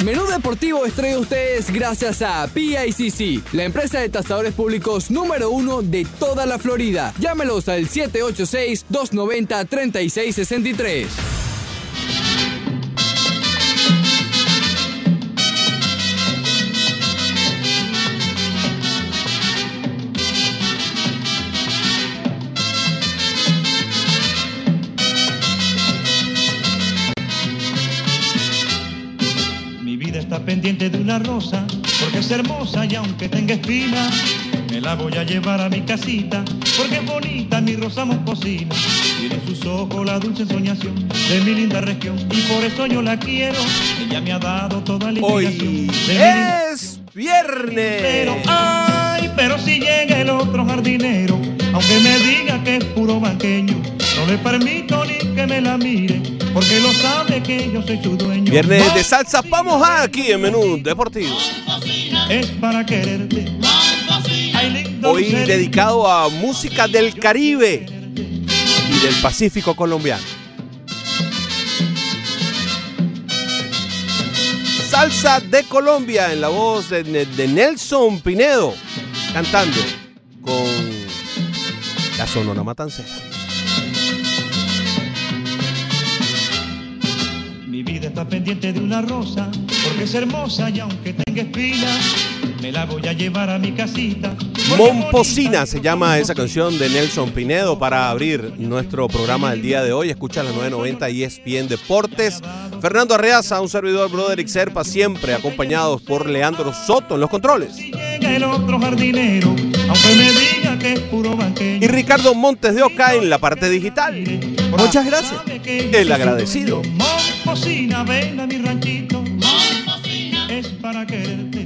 Menú Deportivo es traído a ustedes gracias a PICC, la empresa de tasadores públicos número 1 de toda la Florida. Llámelos al 786-290-3663. Está pendiente de una rosa, porque es hermosa y aunque tenga espina, me la voy a llevar a mi casita, porque es bonita mi rosa moscosina. Tiene en sus ojos la dulce ensoñación de mi linda región, y por eso yo la quiero. Ella me ha dado toda la Hoy inspiración. es viernes. Pero si llega el otro jardinero, aunque me diga que es puro banqueño, no le permito ni que me la mire, porque lo sabe que yo soy su dueño. Viernes de salsa, vamos aquí en Menú Deportivo. Es para quererte. Hoy dedicado a música del Caribe y del Pacífico colombiano. Salsa de Colombia en la voz de Nelson Pinedo, cantando con la Sonora Matancera. Mi vida está pendiente de una rosa, porque es hermosa y aunque tenga espinas, me la voy a llevar a mi casita. Momposina se llama esa canción de Nelson Pinedo para abrir nuestro programa del día de hoy. Escucha la 990 ESPN Deportes. Fernando Arreaza, un servidor, Broderick Serpa, siempre acompañados por Leandro Soto en los controles. Si llega el otro jardinero, aunque me diga que es puro banqueño. Y Ricardo Montes de Oca en la parte digital. Muchas gracias. El agradecido. Momposina, ven a mi ranchito. Es para quererte.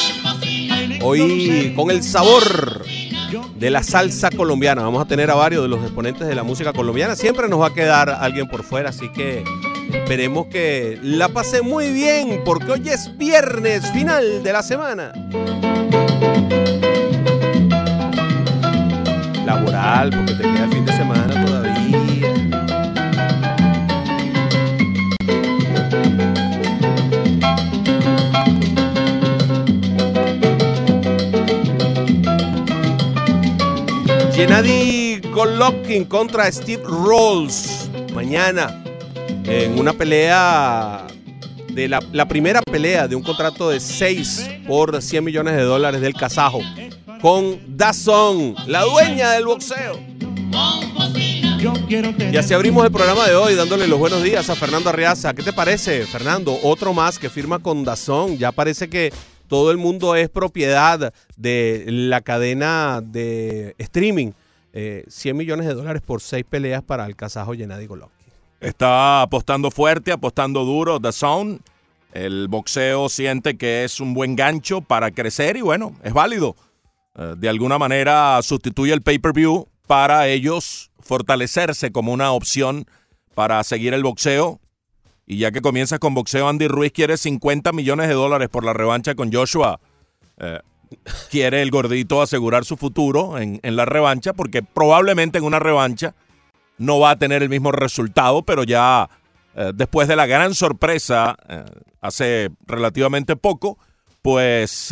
Hoy con el sabor de la salsa colombiana. Vamos a tener a varios de los exponentes de la música colombiana. Siempre nos va a quedar alguien por fuera, así que esperemos que la pase muy bien, porque hoy es viernes, final de la semana laboral, porque te queda el fin de semana todavía. Gennady Golovkin contra Steve Rolls mañana en una pelea de la primera pelea de un contrato de 6 por $100 millones del kazajo con DAZN, la dueña del boxeo. Y así abrimos el programa de hoy dándole los buenos días a Fernando Arreaza. ¿Qué te parece, Fernando? Otro más que firma con DAZN. Ya parece que todo el mundo es propiedad de la cadena de streaming. $100 millones por 6 peleas para el kazajo Gennady Golovkin. Está apostando fuerte, apostando duro DAZN. El boxeo siente que es un buen gancho para crecer y bueno, es válido. De alguna manera sustituye el pay-per-view para ellos fortalecerse como una opción para seguir el boxeo. Y ya que comienzas con boxeo, Andy Ruiz quiere $50 millones por la revancha con Joshua. Quiere el gordito asegurar su futuro en la revancha, porque probablemente en una revancha no va a tener el mismo resultado, pero ya después de la gran sorpresa hace relativamente poco, pues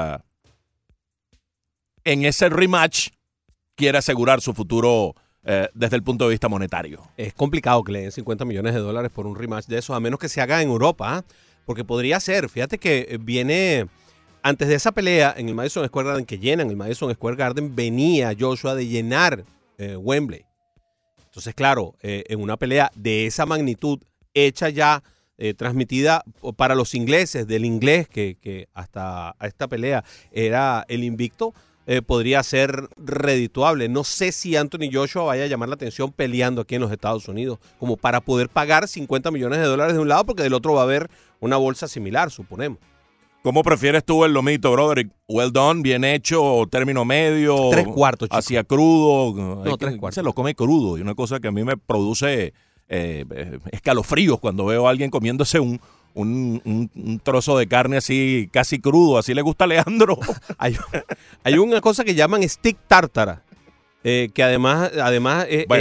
en ese rematch quiere asegurar su futuro desde el punto de vista monetario. Es complicado que le den $50 millones por un rematch de esos, a menos que se haga en Europa, porque podría ser. Fíjate que viene, antes de esa pelea en el Madison Square Garden, que llenan el Madison Square Garden, venía Joshua de llenar Wembley. Entonces, claro, en una pelea de esa magnitud, hecha ya, transmitida para los ingleses, del inglés que hasta esta pelea era el invicto, podría ser redituable. No sé si Anthony Joshua vaya a llamar la atención peleando aquí en los Estados Unidos, como para poder pagar $50 millones de un lado, porque del otro va a haber una bolsa similar, suponemos. ¿Cómo prefieres tú el lomito, Broderick? Well done, bien hecho, término medio. 3/4, chico. Hacia crudo. No, 3/4. Se lo come crudo. Y una cosa que a mí me produce escalofríos cuando veo a alguien comiéndose un trozo de carne así, casi crudo. Así le gusta a Leandro. Hay una cosa que llaman stick tártara, que además bueno.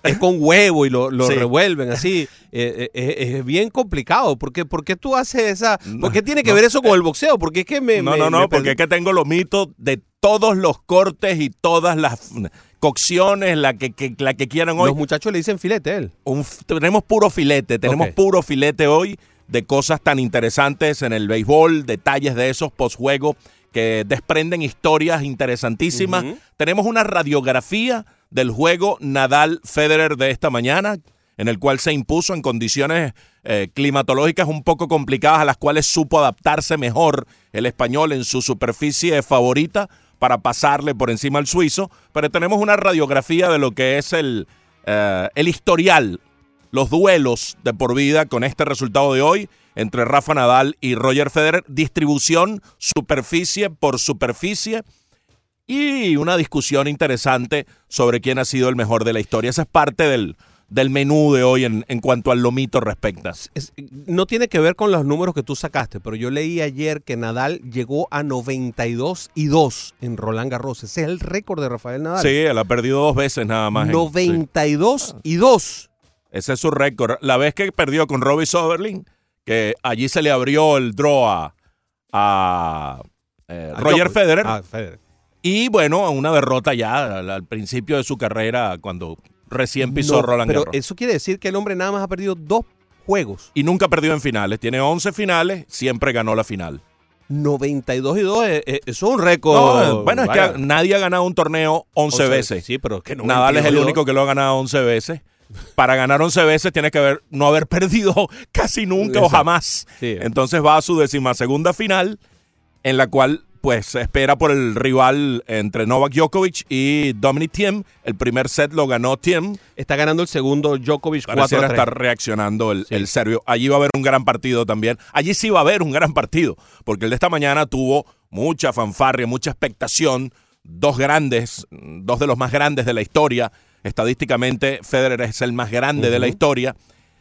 es con huevo y lo Sí. revuelven así. Es bien complicado. ¿Por qué tú haces esa? ¿Por qué tiene que ver eso con el boxeo? Porque es que me porque es que tengo los mitos de todos los cortes y todas las cocciones, la que quieran hoy. Los muchachos le dicen filete a él. Tenemos puro filete, Ok. puro filete hoy de cosas tan interesantes en el béisbol, detalles de esos postjuegos que desprenden historias interesantísimas. Ujú. Tenemos una radiografía del juego Nadal-Federer de esta mañana, en el cual se impuso en condiciones climatológicas un poco complicadas, a las cuales supo adaptarse mejor el español en su superficie favorita para pasarle por encima al suizo. Pero tenemos una radiografía de lo que es el historial, los duelos de por vida con este resultado de hoy entre Rafa Nadal y Roger Federer, distribución superficie por superficie y una discusión interesante sobre quién ha sido el mejor de la historia. Esa es parte del menú de hoy en cuanto al lomito respecta. No tiene que ver con los números que tú sacaste, pero yo leí ayer que Nadal llegó a 92-2 en Roland Garros. Ese es el récord de Rafael Nadal. Sí, él ha perdido 2 veces nada más. 92-2. Ese es su récord. La vez que perdió con Robbie Soderling, que allí se le abrió el draw a Roger Federer. Federer. Y bueno, una derrota ya al principio de su carrera cuando recién pisó Roland pero Garros. eso quiere decir que el hombre nada más ha perdido 2 juegos. Y nunca ha perdido en finales. Tiene 11 finales, siempre ganó la final. 92-2, eso es un récord. No, bueno, es que nadie ha ganado un torneo 11 veces. Sí, pero que Nadal es el único que lo ha ganado 11 veces. Para ganar 11 veces tiene que no haber perdido casi nunca o jamás. Sí. Entonces va a su 12ª final, en la cual pues se espera por el rival entre Novak Djokovic y Dominic Thiem. El primer set lo ganó Thiem. Está ganando el segundo Djokovic 4-3. Pareciera estar reaccionando el serbio. Allí va a haber un gran partido también. Allí sí va a haber un gran partido, porque el de esta mañana tuvo mucha fanfarria, mucha expectación. 2 grandes, 2 de los más grandes de la historia. Estadísticamente, Federer es el más grande de la historia.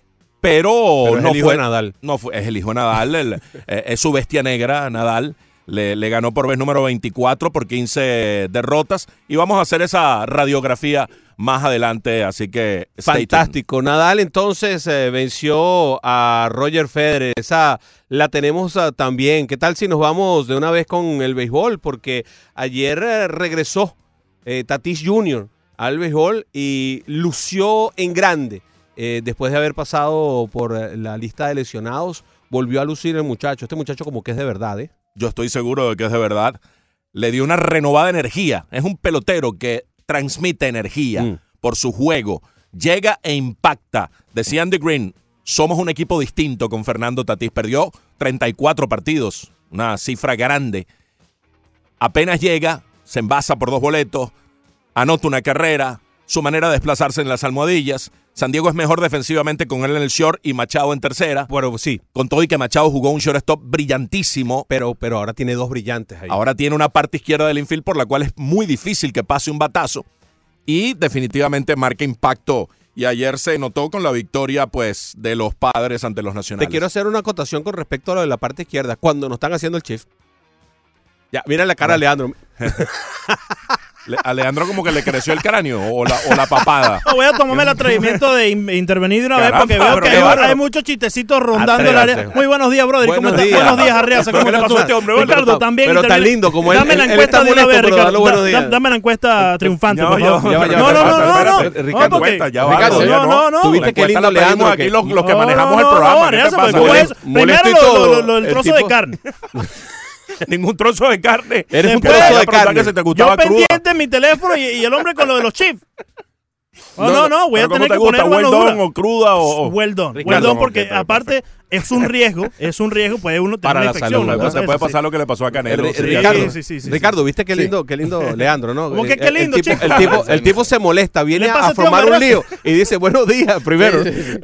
Pero es no el hijo de Nadal. Es el hijo de Nadal. Es su bestia negra, Nadal. Le ganó por vez número 24 por 15 derrotas. Y vamos a hacer esa radiografía más adelante, así que fantástico. Nadal entonces venció a Roger Federer. Esa la tenemos también. ¿Qué tal si nos vamos de una vez con el béisbol? Porque ayer regresó Tatis Jr. al béisbol y lució en grande. Después de haber pasado por la lista de lesionados, volvió a lucir el muchacho. Este muchacho como que es de verdad, ¿eh? Yo estoy seguro de que es de verdad. Le dio una renovada energía. Es un pelotero que transmite energía por su juego. Llega e impacta. Decía Andy Green, somos un equipo distinto con Fernando Tatis. Perdió 34 partidos, una cifra grande. Apenas llega, se envasa por 2 boletos, anota una carrera, su manera de desplazarse en las almohadillas. San Diego es mejor defensivamente con él en el short y Machado en tercera. Bueno, sí. Con todo y que Machado jugó un shortstop brillantísimo. Pero ahora tiene 2 brillantes ahí. Ahora tiene una parte izquierda del infield por la cual es muy difícil que pase un batazo. Y definitivamente marca impacto. Y ayer se notó con la victoria pues de los Padres ante los Nacionales. Te quiero hacer una acotación con respecto a lo de la parte izquierda. Cuando nos están haciendo el shift. Ya, mira la cara de Leandro. A Leandro como que le creció el cráneo o la papada. No, voy a tomarme el atrevimiento de intervenir de una vez Caramba, porque veo pero que qué bárbaro. hay muchos chistecitos rondando el Atrévate. área. Muy buenos días, brother. ¿Cómo Buenos estás? días. Buenos días, Arriaza. ¿Pero ¿Cómo qué le estás? pasó a este hombre? Ricardo, también. Pero tan lindo como él. Dame la Él encuesta está de una molesto, vez, pero Ricardo. dale buenos días. Dame la encuesta triunfante, Ya, por ya, favor. ya, ya, No, espérate, Ricardo, encuesta, ya va, Ricardo, todavía no. Tuviste La qué encuesta lindo la pedimos Leandro. aquí los que manejamos el No, programa. ¿Qué te Arriaza, pasa? pues, Molesto primero y todo. el El trozo de tipo- carne. Ningún trozo de carne. Eres un Después- trozo Iba a de preguntar carne. que se te Yo gustaba cruda. pendiente en mi teléfono y el hombre con lo de los chips. No, voy a ¿Pero cómo tener te que gusta? poner ¿Well mano done dura. o cruda o...? Well done, Ricardo, porque ok, aparte es un riesgo, puede uno tener Para una la infección. salud, una ¿verdad? cosa Se de puede esas, pasar lo que le pasó a Canelo. Ricardo, sí. Ricardo, ¿viste qué lindo Leandro, no? ¿Cómo que qué lindo, chico? El tipo se molesta, viene ¿Qué le pasa a a este formar un hombre? lío y dice buenos días primero.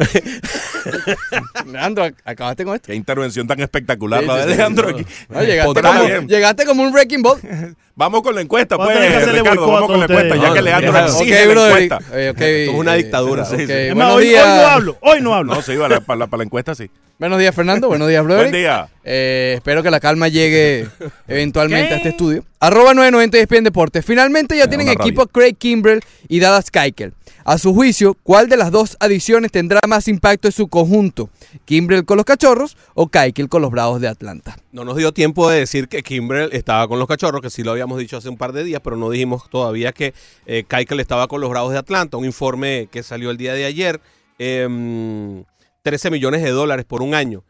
Leandro, acabaste con esto. Qué intervención tan espectacular Sí, la de sí, sí. Leandro aquí. No, llegaste, Total. llegaste como un Wrecking Ball. Vamos con la encuesta, Vamos a pues, tener que hacerle Ricardo. boicot Vamos con la a ustedes. encuesta, ya que Leandro déjalo. exige la brother. encuesta. Okay. Esto es una dictadura. Ok, Sí, sí. Es más, buenos hoy días. no hablo. No, sí, para la encuesta sí. Buenos días, Fernando. Buenos días, Broderick. Buen día. Espero que la calma llegue eventualmente a este estudio. @990 ESPN Deportes. Finalmente ya tienen equipo Craig Kimbrel y Dallas Keuchel. A su juicio, ¿cuál de las dos adiciones tendrá más impacto en su conjunto? ¿Kimbrel con los Cachorros o Keuchel con los Bravos de Atlanta? No nos dio tiempo de decir que Kimbrel estaba con los Cachorros, que sí lo habíamos dicho hace un par de días, pero no dijimos todavía que Keuchel estaba con los Bravos de Atlanta. Un informe que salió el día de ayer, $13 millones por un año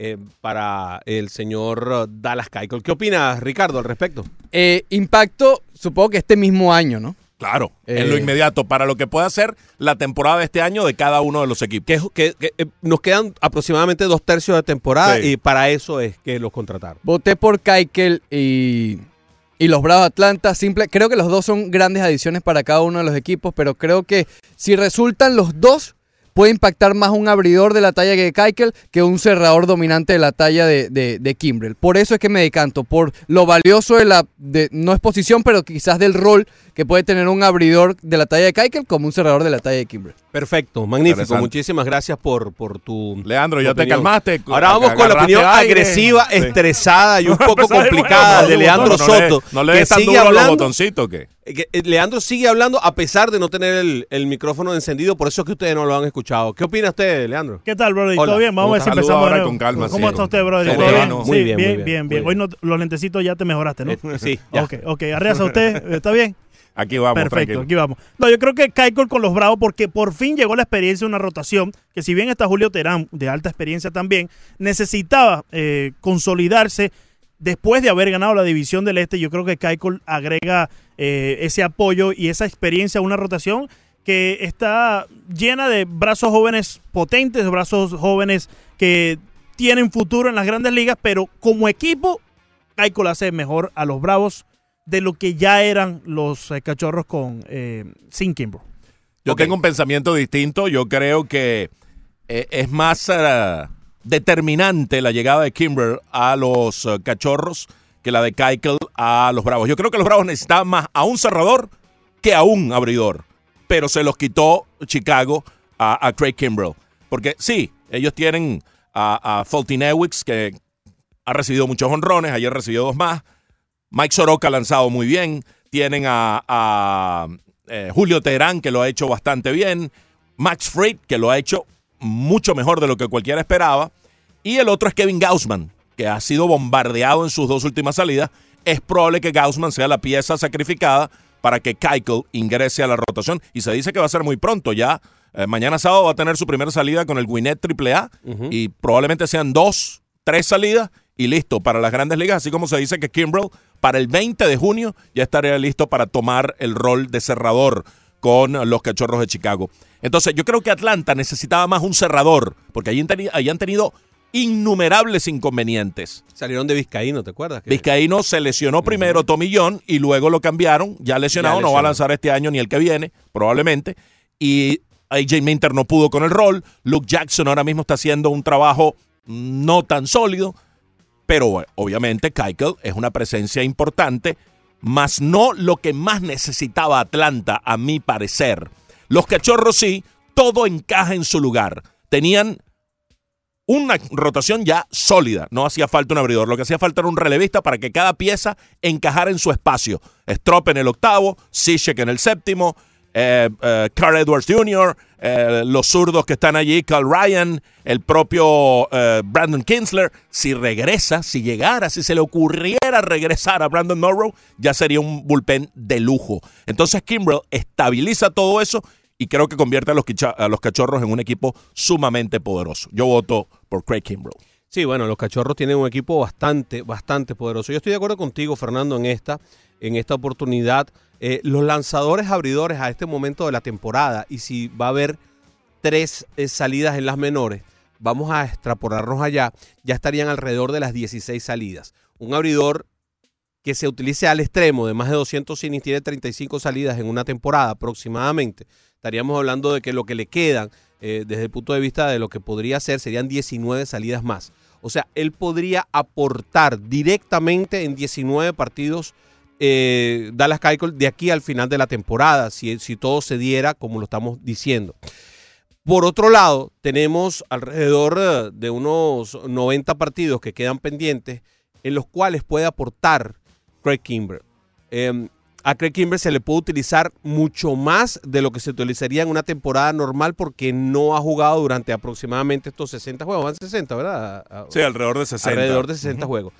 para el señor Dallas Keuchel. ¿Qué opinas, Ricardo, al respecto? Impacto, supongo que este mismo año, ¿no? Claro, en lo inmediato, para lo que pueda ser la temporada de este año de cada uno de los equipos. Que nos quedan aproximadamente 2/3 de temporada y para eso es que los contrataron. Voté por Keuchel y los Bravos de Atlanta. Creo que los dos son grandes adiciones para cada uno de los equipos, pero creo que si resultan los dos, puede impactar más un abridor de la talla de Keuchel que un cerrador dominante de la talla de Kimbrel. Por eso es que me decanto, por lo valioso no es posición, pero quizás del rol que puede tener un abridor de la talla de Keuchel como un cerrador de la talla de Kimbrel. Perfecto, magnífico. Muchísimas gracias por tu Leandro, ya te calmaste. Ahora vamos con la opinión agresiva, estresada y un poco complicada de Leandro Soto. No le des tan duro a los botoncitos, ¿qué? Leandro sigue hablando a pesar de no tener el micrófono encendido, por eso es que ustedes no lo han escuchado. ¿Qué opina usted, Leandro? ¿Qué tal, brother? ¿Todo bien? Vamos a ver si empezamos ahora con calma. ¿Cómo está usted, brother? ¿Todo bien? Muy bien. Hoy los lentecitos ya te mejoraste, ¿no? Sí, ya. Ok. Arreaza usted, ¿está bien? Aquí vamos, perfecto, tranquilo. Aquí vamos. No, yo creo que Keuchel con los Bravos, porque por fin llegó la experiencia de una rotación, que si bien está Julio Terán, de alta experiencia también, necesitaba consolidarse después de haber ganado la división del Este. Yo creo que Keuchel agrega ese apoyo y esa experiencia a una rotación que está llena de brazos jóvenes potentes, brazos jóvenes que tienen futuro en las grandes ligas, pero como equipo, Keuchel hace mejor a los Bravos de lo que ya eran los Cachorros sin Kimbrel. Yo tengo un pensamiento distinto. Yo creo que es más determinante la llegada de Kimbrel a los Cachorros que la de Keuchel a los Bravos. Yo creo que los Bravos necesitaban más a un cerrador que a un abridor, pero se los quitó Chicago a Craig Kimbrel. Porque sí, ellos tienen a Foltynewicz, que ha recibido muchos honrones, ayer recibió 2 más. Mike Soroka ha lanzado muy bien. Tienen a Julio Teherán, que lo ha hecho bastante bien. Max Fried, que lo ha hecho mucho mejor de lo que cualquiera esperaba. Y el otro es Kevin Gausman, que ha sido bombardeado en sus 2 últimas salidas. Es probable que Gausman sea la pieza sacrificada para que Keuchel ingrese a la rotación. Y se dice que va a ser muy pronto ya. Mañana sábado va a tener su primera salida con el Gwinnett AAA. Y probablemente sean 2, 3 salidas. Y listo para las grandes ligas, así como se dice que Kimbrel para el 20 de junio ya estaría listo para tomar el rol de cerrador con los Cachorros de Chicago. Entonces yo creo que Atlanta necesitaba más un cerrador, porque ahí han tenido innumerables inconvenientes. Salieron de Vizcaíno, ¿te acuerdas? Vizcaíno se lesionó primero, Tommy John, y luego lo cambiaron, ya lesionado, no va a lanzar este año ni el que viene, probablemente, y AJ Minter no pudo con el rol. Luke Jackson ahora mismo está haciendo un trabajo no tan sólido. Pero obviamente Keuchel es una presencia importante, más no lo que más necesitaba Atlanta, a mi parecer. Los Cachorros sí, todo encaja en su lugar. Tenían una rotación ya sólida, no hacía falta un abridor. Lo que hacía falta era un relevista para que cada pieza encajara en su espacio. Strop en el 8º, Cishek en el 7º, Carl Edwards Jr., los zurdos que están allí, Cal Ryan, el propio Brandon Kinsler. Si se le ocurriera regresar a Brandon Morrow, ya sería un bullpen de lujo. Entonces Kimbrel estabiliza todo eso y creo que convierte a los Cachorros en un equipo sumamente poderoso. Yo voto por Craig Kimbrel. Sí, bueno, los Cachorros tienen un equipo bastante poderoso. Yo estoy de acuerdo contigo, Fernando, en esta oportunidad. Los lanzadores abridores a este momento de la temporada, y si va a haber 3 salidas en las menores, vamos a extrapolarnos allá, ya estarían alrededor de las 16 salidas. Un abridor que se utilice al extremo de más de 200 innings tiene 35 salidas en una temporada aproximadamente. Estaríamos hablando de que lo que le quedan, desde el punto de vista de lo que podría ser, serían 19 salidas más. O sea, él podría aportar directamente en 19 partidos Dallas Keuchel de aquí al final de la temporada, si todo se diera como lo estamos diciendo. Por otro lado, tenemos alrededor de unos 90 partidos que quedan pendientes en los cuales puede aportar Craig Kimbrel. A Craig Kimbrel se le puede utilizar mucho más de lo que se utilizaría en una temporada normal porque no ha jugado durante aproximadamente estos 60 juegos. Van 60, ¿verdad? Sí, alrededor de 60. Alrededor de 60 juegos.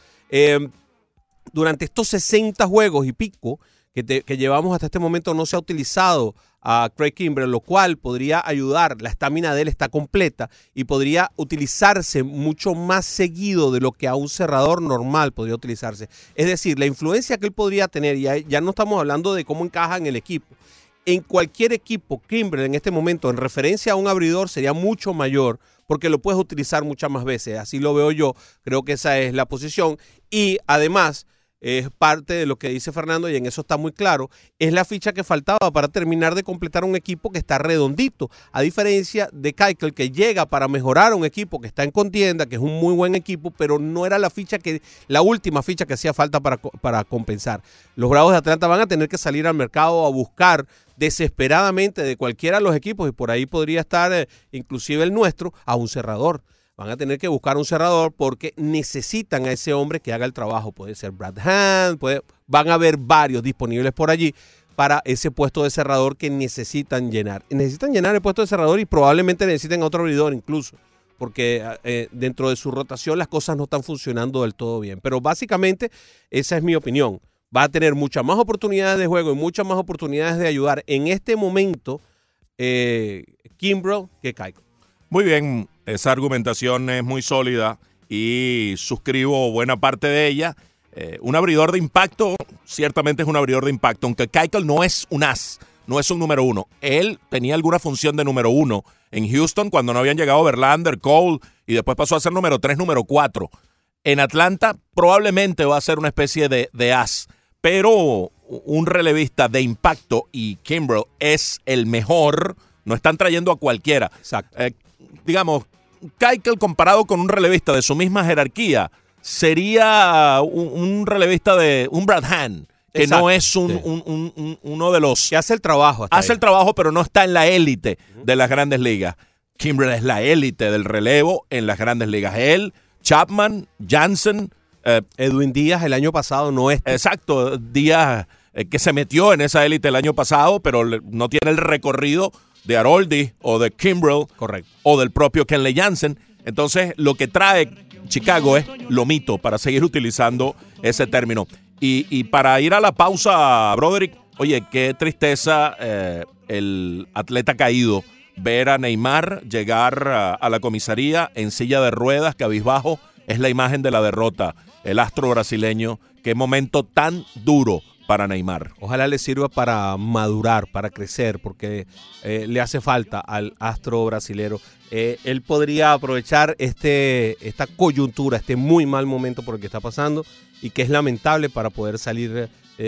Durante estos 60 juegos y pico que llevamos hasta este momento no se ha utilizado a Craig Kimbrel, lo cual podría ayudar, la estamina de él está completa y podría utilizarse mucho más seguido de lo que a un cerrador normal podría utilizarse. Es decir, la influencia que él podría tener, ya no estamos hablando de cómo encaja en el equipo. En cualquier equipo, Kimbrel en este momento, en referencia a un abridor, sería mucho mayor porque lo puedes utilizar muchas más veces. Así lo veo yo, creo que esa es la posición. Y además, es parte de lo que dice Fernando y en eso está muy claro, es la ficha que faltaba para terminar de completar un equipo que está redondito, a diferencia de Keuchel, que llega para mejorar un equipo que está en contienda, que es un muy buen equipo, pero no era la última ficha que hacía falta para compensar. Los Bravos de Atlanta van a tener que salir al mercado a buscar desesperadamente de cualquiera de los equipos, y por ahí podría estar inclusive el nuestro, a un cerrador. Van a tener que buscar un cerrador porque necesitan a ese hombre que haga el trabajo. Puede ser Brad Hand, van a haber varios disponibles por allí para ese puesto de cerrador que necesitan llenar. Necesitan llenar el puesto de cerrador y probablemente necesiten a otro abridor incluso, porque dentro de su rotación las cosas no están funcionando del todo bien. Pero básicamente esa es mi opinión. Va a tener muchas más oportunidades de juego y muchas más oportunidades de ayudar en este momento Kimbrel que Keuchel. Muy bien, esa argumentación es muy sólida y suscribo buena parte de ella. Un abridor de impacto, ciertamente es un abridor de impacto, aunque Keuchel no es un as, no es un número uno. Él tenía alguna función de número uno en Houston cuando no habían llegado Verlander, Cole, y después pasó a ser número 3, número 4. En Atlanta probablemente va a ser una especie de as, pero un relevista de impacto, y Kimbrel es el mejor, no están trayendo a cualquiera. Exacto. Digamos, Keuchel comparado con un relevista de su misma jerarquía sería un relevista de un Brad Hand, que exacto, no es uno de los que hace el trabajo. Hace el trabajo, pero no está en la élite de las grandes ligas. Kimbrel es la élite del relevo en las grandes ligas. Él, Chapman, Jansen, Edwin Díaz el año pasado no es. Exacto, Díaz que se metió en esa élite el año pasado, pero no tiene el recorrido de Haroldi o de Kimbrel, correcto, o del propio Kenley Jansen. Entonces, lo que trae Chicago es lomito, para seguir utilizando ese término. Y para ir a la pausa, Broderick, oye, qué tristeza el atleta caído, ver a Neymar llegar a la comisaría en silla de ruedas, cabizbajo, es la imagen de la derrota. El astro brasileño, qué momento tan duro para Neymar. Ojalá le sirva para madurar, para crecer, porque le hace falta al astro brasilero. Él podría aprovechar esta coyuntura, este muy mal momento por el que está pasando y que es lamentable, para poder salir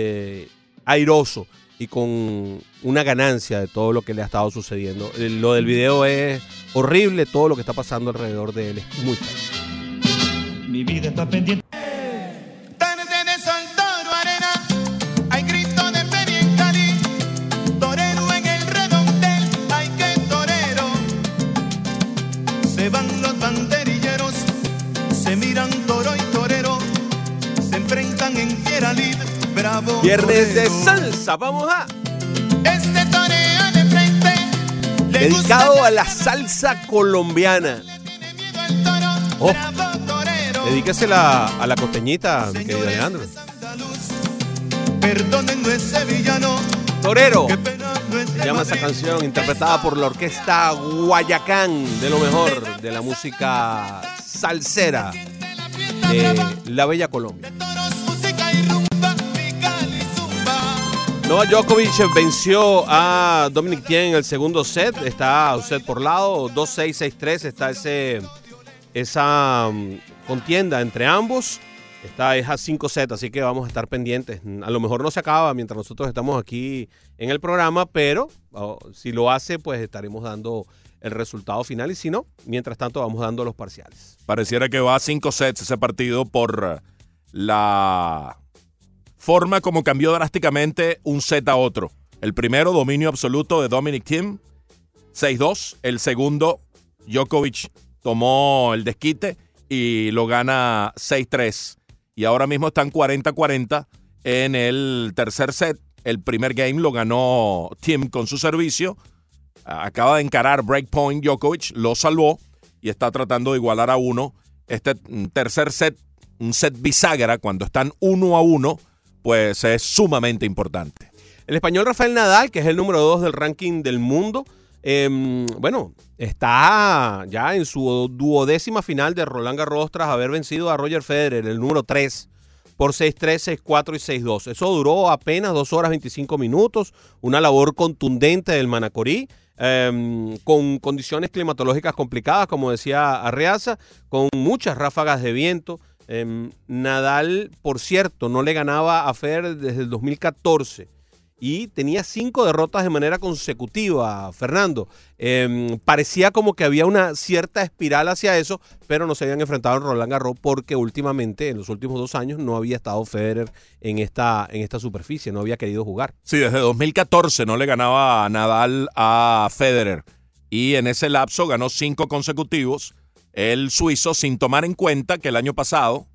airoso y con una ganancia de todo lo que le ha estado sucediendo. Lo del video es horrible, todo lo que está pasando alrededor de él es muy feo. Mi vida está pendiente. Se van los banderilleros, se miran toro y torero, se enfrentan en fiera lid, bravo. Viernes de salsa, vamos a. Este torea de frente, dedicado a la salsa colombiana. Oh, dedíquesela a la costeñita, mi querido Alejandro. Perdonen, no es sevillano. Torero. Se llama esa canción, interpretada por la orquesta Guayacán, de lo mejor de la música salsera de la bella Colombia. Novak Djokovic venció a Dominic Thiem en el segundo set. Está un set por lado, 2-6, 6-3. Está esa contienda entre ambos. Es a 5 sets, así que vamos a estar pendientes. A lo mejor no se acaba mientras nosotros estamos aquí en el programa, pero si lo hace, pues estaremos dando el resultado final, y si no, mientras tanto vamos dando los parciales. Pareciera que va a 5 sets ese partido por la forma como cambió drásticamente un set a otro. El primero, dominio absoluto de Dominic Thiem. 6-2. El segundo, Djokovic tomó el desquite y lo gana 6-3. Y ahora mismo están 40-40 en el tercer set. El primer game lo ganó Thiem con su servicio. Acaba de encarar breakpoint Djokovic, lo salvó y está tratando de igualar a 1. Este tercer set, un set bisagra, cuando están 1-1, pues es sumamente importante. El español Rafael Nadal, que es el número 2 del ranking del mundo, está ya en su 12ª final de Roland Garros tras haber vencido a Roger Federer, el número 3, por 6-3, 6-4 y 6-2. Eso duró apenas 2 horas 25 minutos, una labor contundente del manacorí, con condiciones climatológicas complicadas, como decía Arreaza, con muchas ráfagas de viento. Nadal, por cierto, no le ganaba a Federer desde el 2014 y tenía 5 derrotas de manera consecutiva, Fernando. Parecía como que había una cierta espiral hacia eso, pero no se habían enfrentado en Roland Garros porque últimamente, en los últimos 2 años, no había estado Federer en esta superficie, no había querido jugar. Sí, desde 2014 no le ganaba Nadal a Federer y en ese lapso ganó 5 consecutivos. El suizo, sin tomar en cuenta que el año pasado,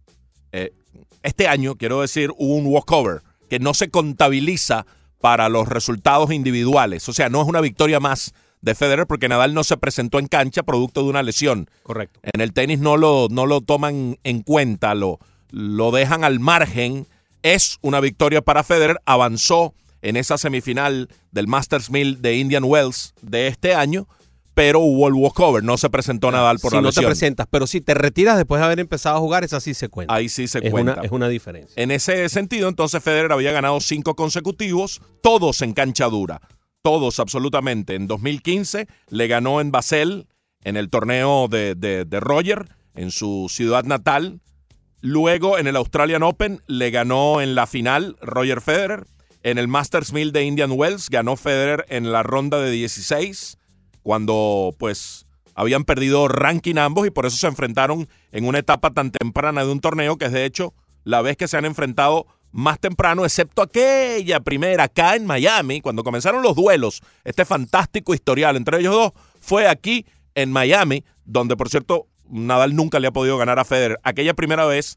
este año, quiero decir, hubo un walkover que no se contabiliza para los resultados individuales. O sea, no es una victoria más de Federer porque Nadal no se presentó en cancha producto de una lesión. Correcto. En el tenis no lo toman en cuenta, lo dejan al margen. Es una victoria para Federer, avanzó en esa semifinal del Masters 1000 de Indian Wells de este año, pero hubo el walkover, no se presentó Nadal por la lesión. Si no te presentas, pero si te retiras después de haber empezado a jugar, esa sí se cuenta. Ahí sí se cuenta. Es una diferencia. En ese sentido, entonces, Federer había ganado 5 consecutivos, todos en cancha dura, todos absolutamente. En 2015 le ganó en Basel, en el torneo de Roger, en su ciudad natal. Luego, en el Australian Open, le ganó en la final Roger Federer. En el Masters 1000 de Indian Wells, ganó Federer en la ronda de 16, cuando pues habían perdido ranking ambos y por eso se enfrentaron en una etapa tan temprana de un torneo, que es de hecho la vez que se han enfrentado más temprano, excepto aquella primera acá en Miami, cuando comenzaron los duelos. Este fantástico historial entre ellos dos fue aquí en Miami, donde por cierto Nadal nunca le ha podido ganar a Federer. Aquella primera vez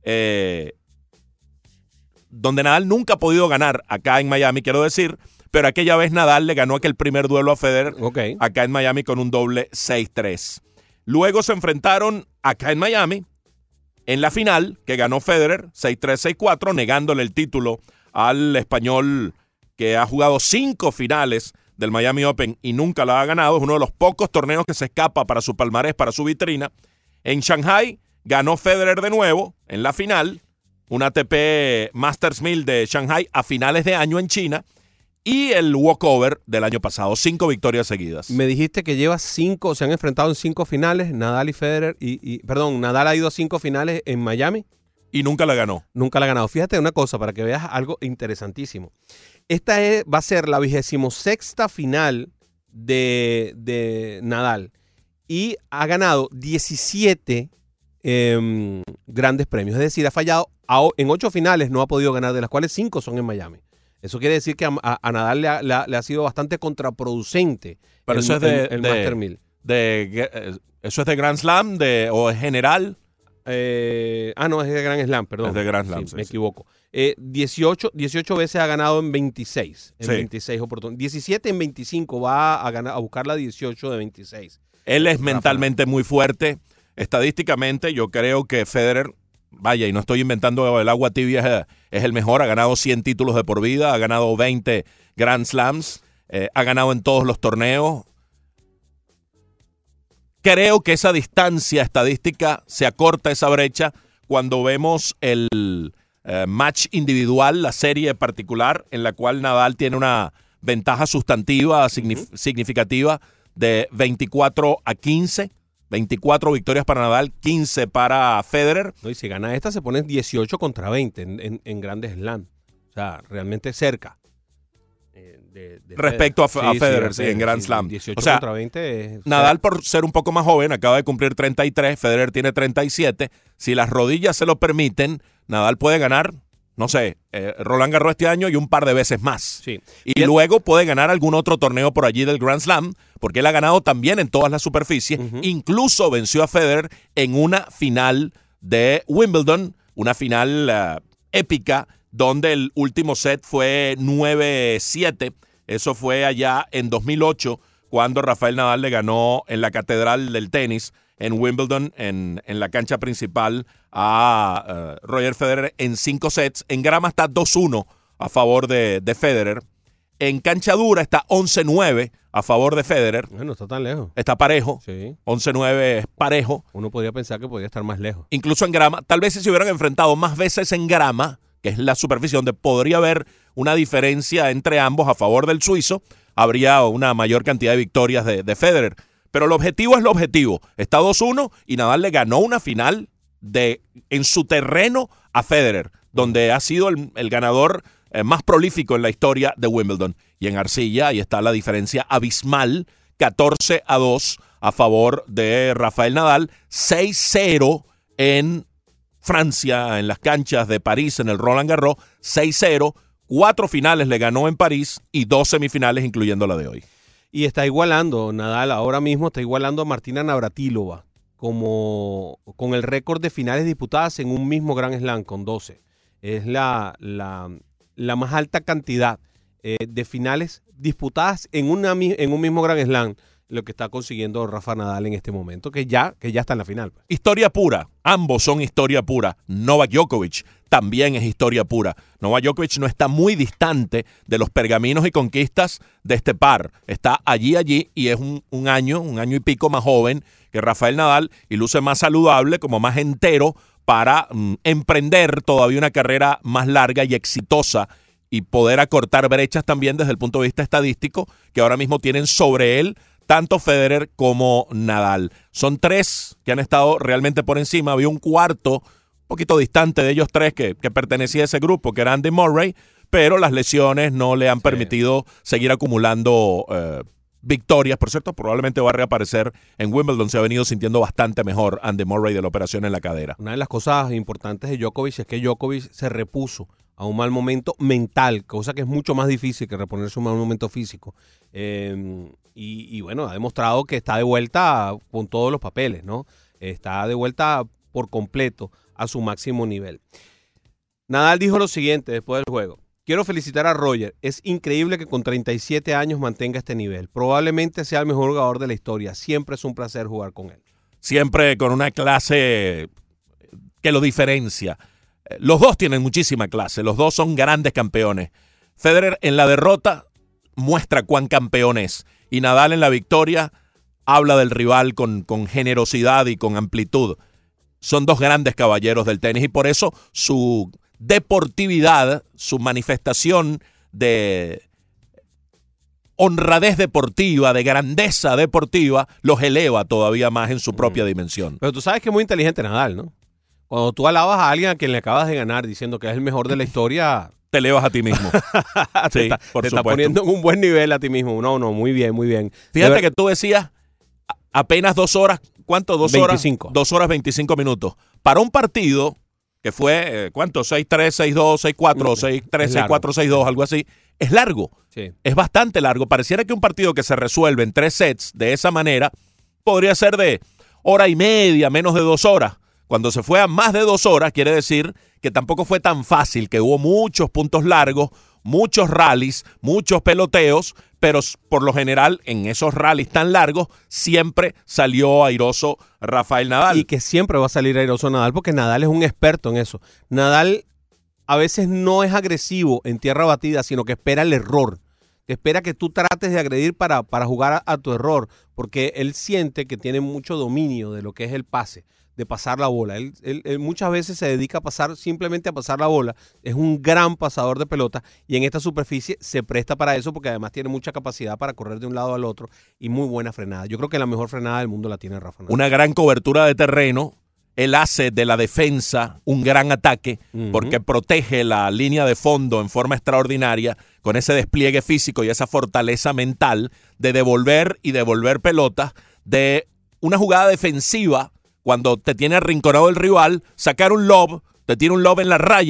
donde Nadal nunca ha podido ganar acá en Miami, quiero decir, pero aquella vez Nadal le ganó aquel primer duelo a Federer acá en Miami con un doble 6-3. Luego se enfrentaron acá en Miami en la final, que ganó Federer 6-3, 6-4, negándole el título al español que ha jugado 5 finales del Miami Open y nunca la ha ganado. Es uno de los pocos torneos que se escapa para su palmarés, para su vitrina. En Shanghai ganó Federer de nuevo en la final, un ATP Masters 1000 de Shanghai a finales de año en China. Y el walkover del año pasado, 5 victorias seguidas. Me dijiste que lleva 5, se han enfrentado en 5 finales, Nadal y Federer, Nadal ha ido a 5 finales en Miami. Y nunca la ganó. Nunca la ha ganado. Fíjate una cosa, para que veas algo interesantísimo. Esta va a ser la 26ª final de Nadal. Y ha ganado 17 grandes premios. Es decir, ha fallado en 8 finales, no ha podido ganar, de las cuales 5 son en Miami. Eso quiere decir que a Nadal le ha sido bastante contraproducente. Pero eso es el Master 1000. ¿Eso es de Grand Slam o es general? No, es de Grand Slam, perdón. Es de Grand Slam, sí, me equivoco. 18 veces ha ganado en 26. En 26 oportunidades. 17 en 25 va a buscar la 18 de 26. Él es mentalmente muy fuerte. Estadísticamente, yo creo que Federer, vaya, y no estoy inventando el agua tibia, es el mejor. Ha ganado 100 títulos de por vida, ha ganado 20 Grand Slams, ha ganado en todos los torneos. Creo que esa distancia estadística se acorta, esa brecha, cuando vemos el match individual, la serie particular, en la cual Nadal tiene una ventaja sustantiva, significativa, de 24-15. 24 victorias para Nadal, 15 para Federer. No, y si gana esta se ponen 18 contra 20 en grandes slam. O sea, realmente cerca. Respecto a Federer, sí, en Grand Slam. 18 o sea, contra 20 es... Nadal, por ser un poco más joven, acaba de cumplir 33, Federer tiene 37. Si las rodillas se lo permiten, Nadal puede ganar no sé, Roland Garros este año y un par de veces más. Sí. Y luego puede ganar algún otro torneo por allí del Grand Slam, porque él ha ganado también en todas las superficies. Incluso venció a Federer en una final de Wimbledon, una final épica, donde el último set fue 9-7. Eso fue allá en 2008, cuando Rafael Nadal le ganó en la Catedral del Tenis en Wimbledon, en la cancha principal, a Roger Federer en 5 sets. En grama está 2-1 a favor de Federer. En cancha dura está 11-9 a favor de Federer. Bueno, está tan lejos. Está parejo. Sí. 11-9 es parejo. Uno podría pensar que podría estar más lejos. Incluso en grama. Tal vez si se hubieran enfrentado más veces en grama, que es la superficie donde podría haber una diferencia entre ambos a favor del suizo, habría una mayor cantidad de victorias de Federer. Pero el objetivo es el objetivo. Está 2-1 y Nadal le ganó una final en su terreno a Federer, donde ha sido el ganador más prolífico en la historia de Wimbledon. Y en arcilla, ahí está la diferencia abismal, 14-2 a favor de Rafael Nadal, 6-0 en Francia, en las canchas de París, en el Roland Garros, 6-0, 4 finales le ganó en París y 2 semifinales, incluyendo la de hoy. Y está igualando, Nadal ahora mismo está igualando a Martina Navratilova con el récord de finales disputadas en un mismo Grand Slam, con 12. Es la más alta cantidad de finales disputadas en un mismo Grand Slam, lo que está consiguiendo Rafa Nadal en este momento, que ya está en la final. Historia pura, ambos son historia pura. Novak Djokovic también es historia pura. Novak Djokovic no está muy distante de los pergaminos y conquistas de este par. Está allí y es un año y pico más joven que Rafael Nadal y luce más saludable, como más entero para emprender todavía una carrera más larga y exitosa y poder acortar brechas también desde el punto de vista estadístico que ahora mismo tienen sobre él tanto Federer como Nadal. Son 3 que han estado realmente por encima. Había un cuarto, un poquito distante de ellos 3 que pertenecía a ese grupo, que era Andy Murray, pero las lesiones no le han permitido seguir acumulando victorias. Por cierto, probablemente va a reaparecer en Wimbledon. Se ha venido sintiendo bastante mejor Andy Murray de la operación en la cadera. Una de las cosas importantes de Djokovic es que Djokovic se repuso a un mal momento mental, cosa que es mucho más difícil que reponerse a un mal momento físico. Y bueno, ha demostrado que está de vuelta con todos los papeles, ¿no? Está de vuelta por completo a su máximo nivel. Nadal dijo lo siguiente después del juego: quiero felicitar a Roger, es increíble que con 37 años mantenga este nivel. Probablemente sea el mejor jugador de la historia. Siempre es un placer jugar con él. Siempre con una clase que lo diferencia. Los dos tienen muchísima clase, los dos son grandes campeones. Federer en la derrota muestra cuán campeón es, y Nadal en la victoria habla del rival con generosidad y con amplitud. Son dos grandes caballeros del tenis y por eso su deportividad, su manifestación de honradez deportiva, de grandeza deportiva, los eleva todavía más en su propia dimensión. Pero tú sabes que es muy inteligente Nadal, ¿no? Cuando tú alabas a alguien a quien le acabas de ganar diciendo que es el mejor de la historia, te elevas a ti mismo. Sí, te está poniendo en un buen nivel a ti mismo. No, muy bien, muy bien. Fíjate que tú decías apenas 2 horas, ¿cuánto? 25. 2 horas 25 minutos. Para un partido que fue, ¿cuánto? 6-3, 6-2, 6-4, 6-3, 6-4, 6-2, algo así. Es largo. Sí. Es bastante largo. Pareciera que un partido que se resuelve en 3 sets de esa manera podría ser de hora y media, menos de 2 horas. Cuando se fue a más de 2 horas, quiere decir que tampoco fue tan fácil, que hubo muchos puntos largos, muchos rallies, muchos peloteos, pero por lo general en esos rallies tan largos siempre salió airoso Rafael Nadal. Y que siempre va a salir airoso Nadal porque Nadal es un experto en eso. Nadal a veces no es agresivo en tierra batida, sino que espera el error. Que espera que tú trates de agredir para jugar a tu error, porque él siente que tiene mucho dominio de lo que es el pase, de pasar la bola. Él muchas veces se dedica simplemente a pasar la bola. Es un gran pasador de pelota y en esta superficie se presta para eso porque además tiene mucha capacidad para correr de un lado al otro y muy buena frenada. Yo creo que la mejor frenada del mundo la tiene Rafa Nadal. Una gran cobertura de terreno. Él hace de la defensa un gran ataque porque protege la línea de fondo en forma extraordinaria con ese despliegue físico y esa fortaleza mental de devolver y devolver pelotas, de una jugada defensiva cuando te tiene arrinconado el rival, sacar un lob, te tiene un lob en la raya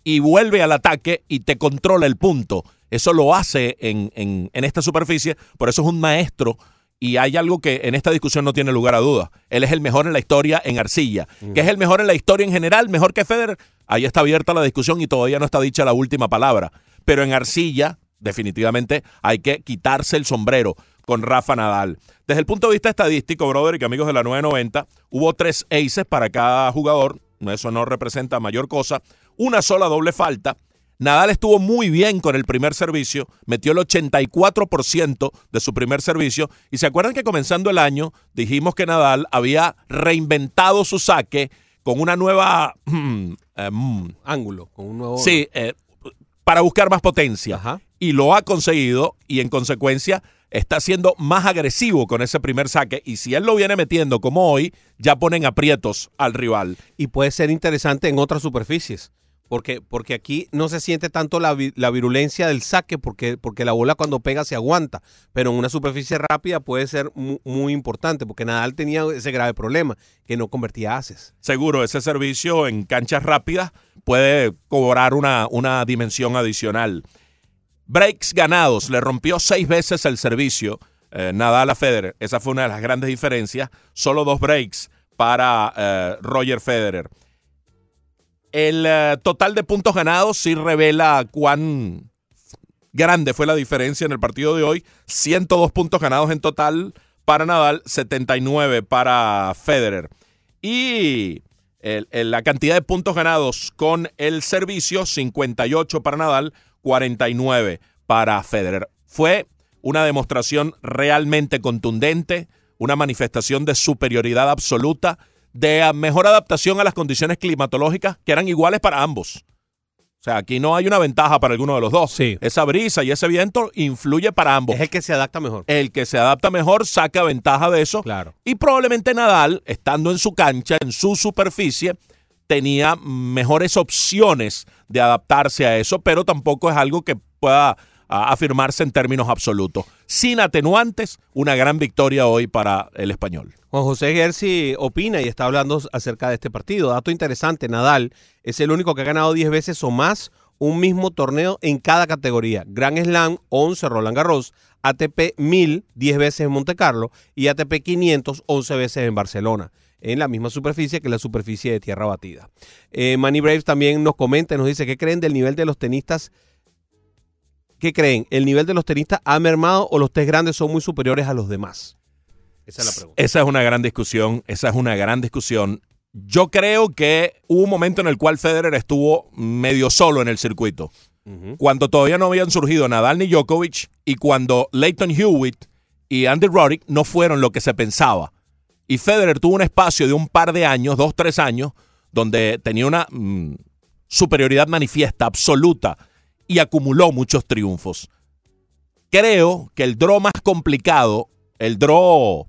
y vuelve al ataque y te controla el punto. Eso lo hace en esta superficie, por eso es un maestro. Y hay algo que en esta discusión no tiene lugar a dudas. Él es el mejor en la historia en arcilla. ¿Que es el mejor en la historia en general? ¿Mejor que Federer? Ahí está abierta la discusión y todavía no está dicha la última palabra. Pero en arcilla, definitivamente, hay que quitarse el sombrero con Rafa Nadal. Desde el punto de vista estadístico, brother y amigos de la 990, hubo 3 aces para cada jugador. Eso no representa mayor cosa. Una sola doble falta. Nadal estuvo muy bien con el primer servicio, metió el 84% de su primer servicio, y se acuerdan que comenzando el año dijimos que Nadal había reinventado su saque con una nueva ángulo, con un nuevo... Sí, para buscar más potencia. Ajá. Y lo ha conseguido, y en consecuencia está siendo más agresivo con ese primer saque, y si él lo viene metiendo como hoy, ya ponen aprietos al rival. Y puede ser interesante en otras superficies. Porque aquí no se siente tanto la virulencia del saque porque la bola cuando pega se aguanta, pero en una superficie rápida puede ser muy importante porque Nadal tenía ese grave problema, que no convertía aces. Seguro, ese servicio en canchas rápidas puede cobrar una dimensión adicional. Breaks ganados, le rompió 6 veces el servicio Nadal a Federer, esa fue una de las grandes diferencias, solo 2 breaks para Roger Federer. El total de puntos ganados sí revela cuán grande fue la diferencia en el partido de hoy. 102 puntos ganados en total para Nadal, 79 para Federer. Y la cantidad de puntos ganados con el servicio, 58 para Nadal, 49 para Federer. Fue una demostración realmente contundente, una manifestación de superioridad absoluta, de mejor adaptación a las condiciones climatológicas que eran iguales para ambos. O sea, aquí no hay una ventaja para alguno de los dos. Sí. Esa brisa y ese viento influye para ambos. Es el que se adapta mejor. El que se adapta mejor saca ventaja de eso. Claro. Y probablemente Nadal, estando en su cancha, en su superficie, tenía mejores opciones de adaptarse a eso, pero tampoco es algo que pueda afirmarse en términos absolutos. Sin atenuantes, una gran victoria hoy para el español. Juan José Gersi opina y está hablando acerca de este partido. Dato interesante, Nadal es el único que ha ganado 10 veces o más un mismo torneo en cada categoría. Grand Slam, 11 Roland Garros, ATP 1000, 10 veces en Monte Carlo y ATP 500, 11 veces en Barcelona, en la misma superficie que la superficie de tierra batida. Manny Braves también nos comenta y nos dice, ¿qué creen del nivel de los tenistas? ¿Qué creen? ¿El nivel de los tenistas ha mermado o los test grandes son muy superiores a los demás? Esa es la pregunta. Esa es una gran discusión. Yo creo que hubo un momento en el cual Federer estuvo medio solo en el circuito. Cuando todavía no habían surgido Nadal ni Djokovic y cuando Lleyton Hewitt y Andy Roddick no fueron lo que se pensaba. Y Federer tuvo un espacio de un par de años, 2-3 años, donde tenía una superioridad manifiesta, absoluta, y acumuló muchos triunfos. Creo que el draw más complicado, el draw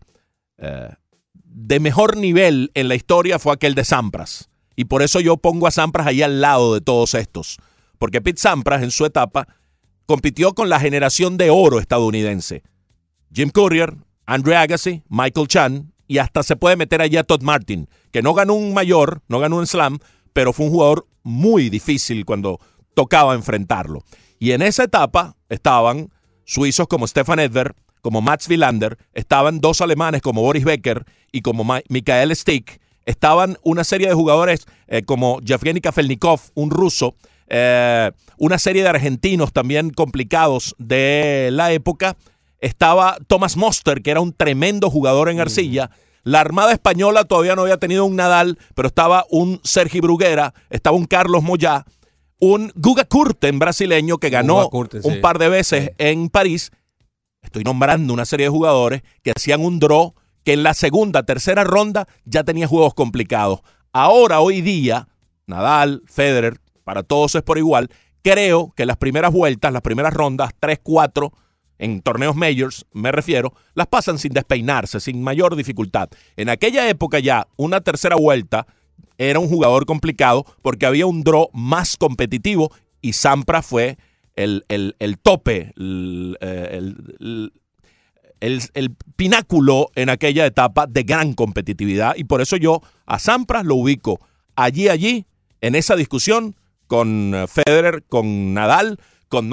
de mejor nivel en la historia fue aquel de Sampras. Y por eso yo pongo a Sampras ahí al lado de todos estos. Porque Pete Sampras en su etapa compitió con la generación de oro estadounidense. Jim Courier, Andre Agassi, Michael Chan y hasta se puede meter allá Todd Martin, que no ganó un mayor, no ganó un slam, pero fue un jugador muy difícil cuando tocaba enfrentarlo. Y en esa etapa estaban suizos como Stefan Edberg, como Mats Wilander, estaban 2 alemanes como Boris Becker y como Michael Stick, estaban una serie de jugadores como Yevgeny Kafelnikov, un ruso, una serie de argentinos también complicados de la época, estaba Thomas Moster, que era un tremendo jugador en arcilla. La Armada Española todavía no había tenido un Nadal, pero estaba un Sergi Bruguera, estaba un Carlos Moyá, un Guga Kurten brasileño que ganó un par de veces en París. Estoy nombrando una serie de jugadores que hacían un draw que en la segunda, tercera ronda ya tenía juegos complicados. Ahora, hoy día, Nadal, Federer, para todos es por igual. Creo que las primeras vueltas, las primeras rondas, 3, 4, en torneos majors, me refiero, las pasan sin despeinarse, sin mayor dificultad. En aquella época ya, una tercera vuelta era un jugador complicado porque había un draw más competitivo y Sampras fue el tope, el pináculo en aquella etapa de gran competitividad, y por eso yo a Sampras lo ubico allí, en esa discusión, Federer, con Nadal, con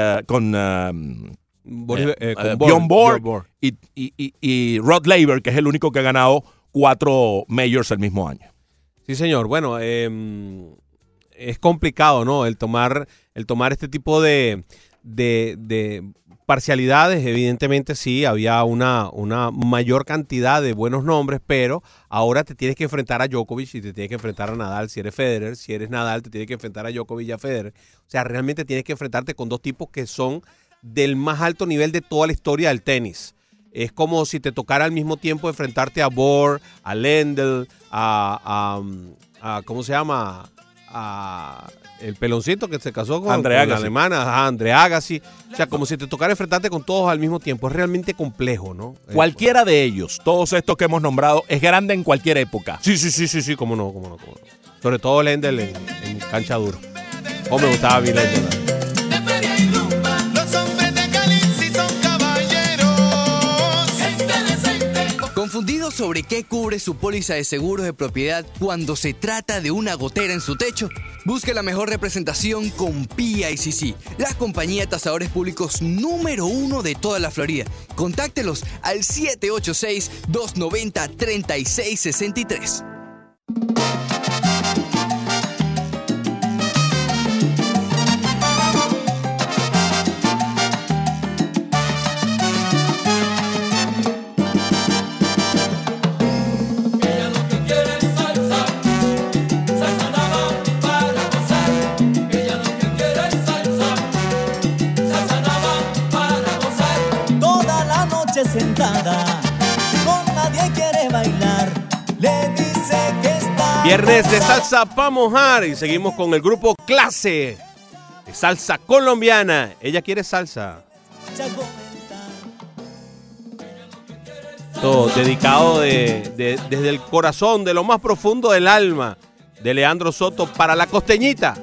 Bjorn Borg y Rod Laver, que es el único que ha ganado 4 majors el mismo año. Sí, señor. Bueno, es complicado, ¿no? El tomar este tipo de parcialidades. Evidentemente sí, había una mayor cantidad de buenos nombres, pero ahora te tienes que enfrentar a Djokovic y te tienes que enfrentar a Nadal si eres Federer. Si eres Nadal, te tienes que enfrentar a Djokovic y a Federer. O sea, realmente tienes que enfrentarte con dos tipos que son del más alto nivel de toda la historia del tenis. Es como si te tocara al mismo tiempo enfrentarte a Borg, a Lendl, a ¿cómo se llama? A el peloncito que se casó con la alemana, Andre Agassi. O sea, como si te tocara enfrentarte con todos al mismo tiempo. Es realmente complejo, ¿no? Cualquiera de ellos, todos estos que hemos nombrado, es grande en cualquier época. Sí, cómo no. Sobre todo Lendl en cancha dura. Oh, me gustaba mi Lendl. ¿Confundido sobre qué cubre su póliza de seguros de propiedad cuando se trata de una gotera en su techo? Busque la mejor representación con PICC, la compañía de tasadores públicos número 1 de toda la Florida. Contáctelos al 786-290-3663. Sentada, con nadie quiere bailar, le dice que está... Viernes de salsa pa' mojar y seguimos con el grupo Clase de salsa colombiana. Ella quiere salsa. Todo dedicado desde el corazón, de lo más profundo del alma, de Leandro Soto para la costeñita.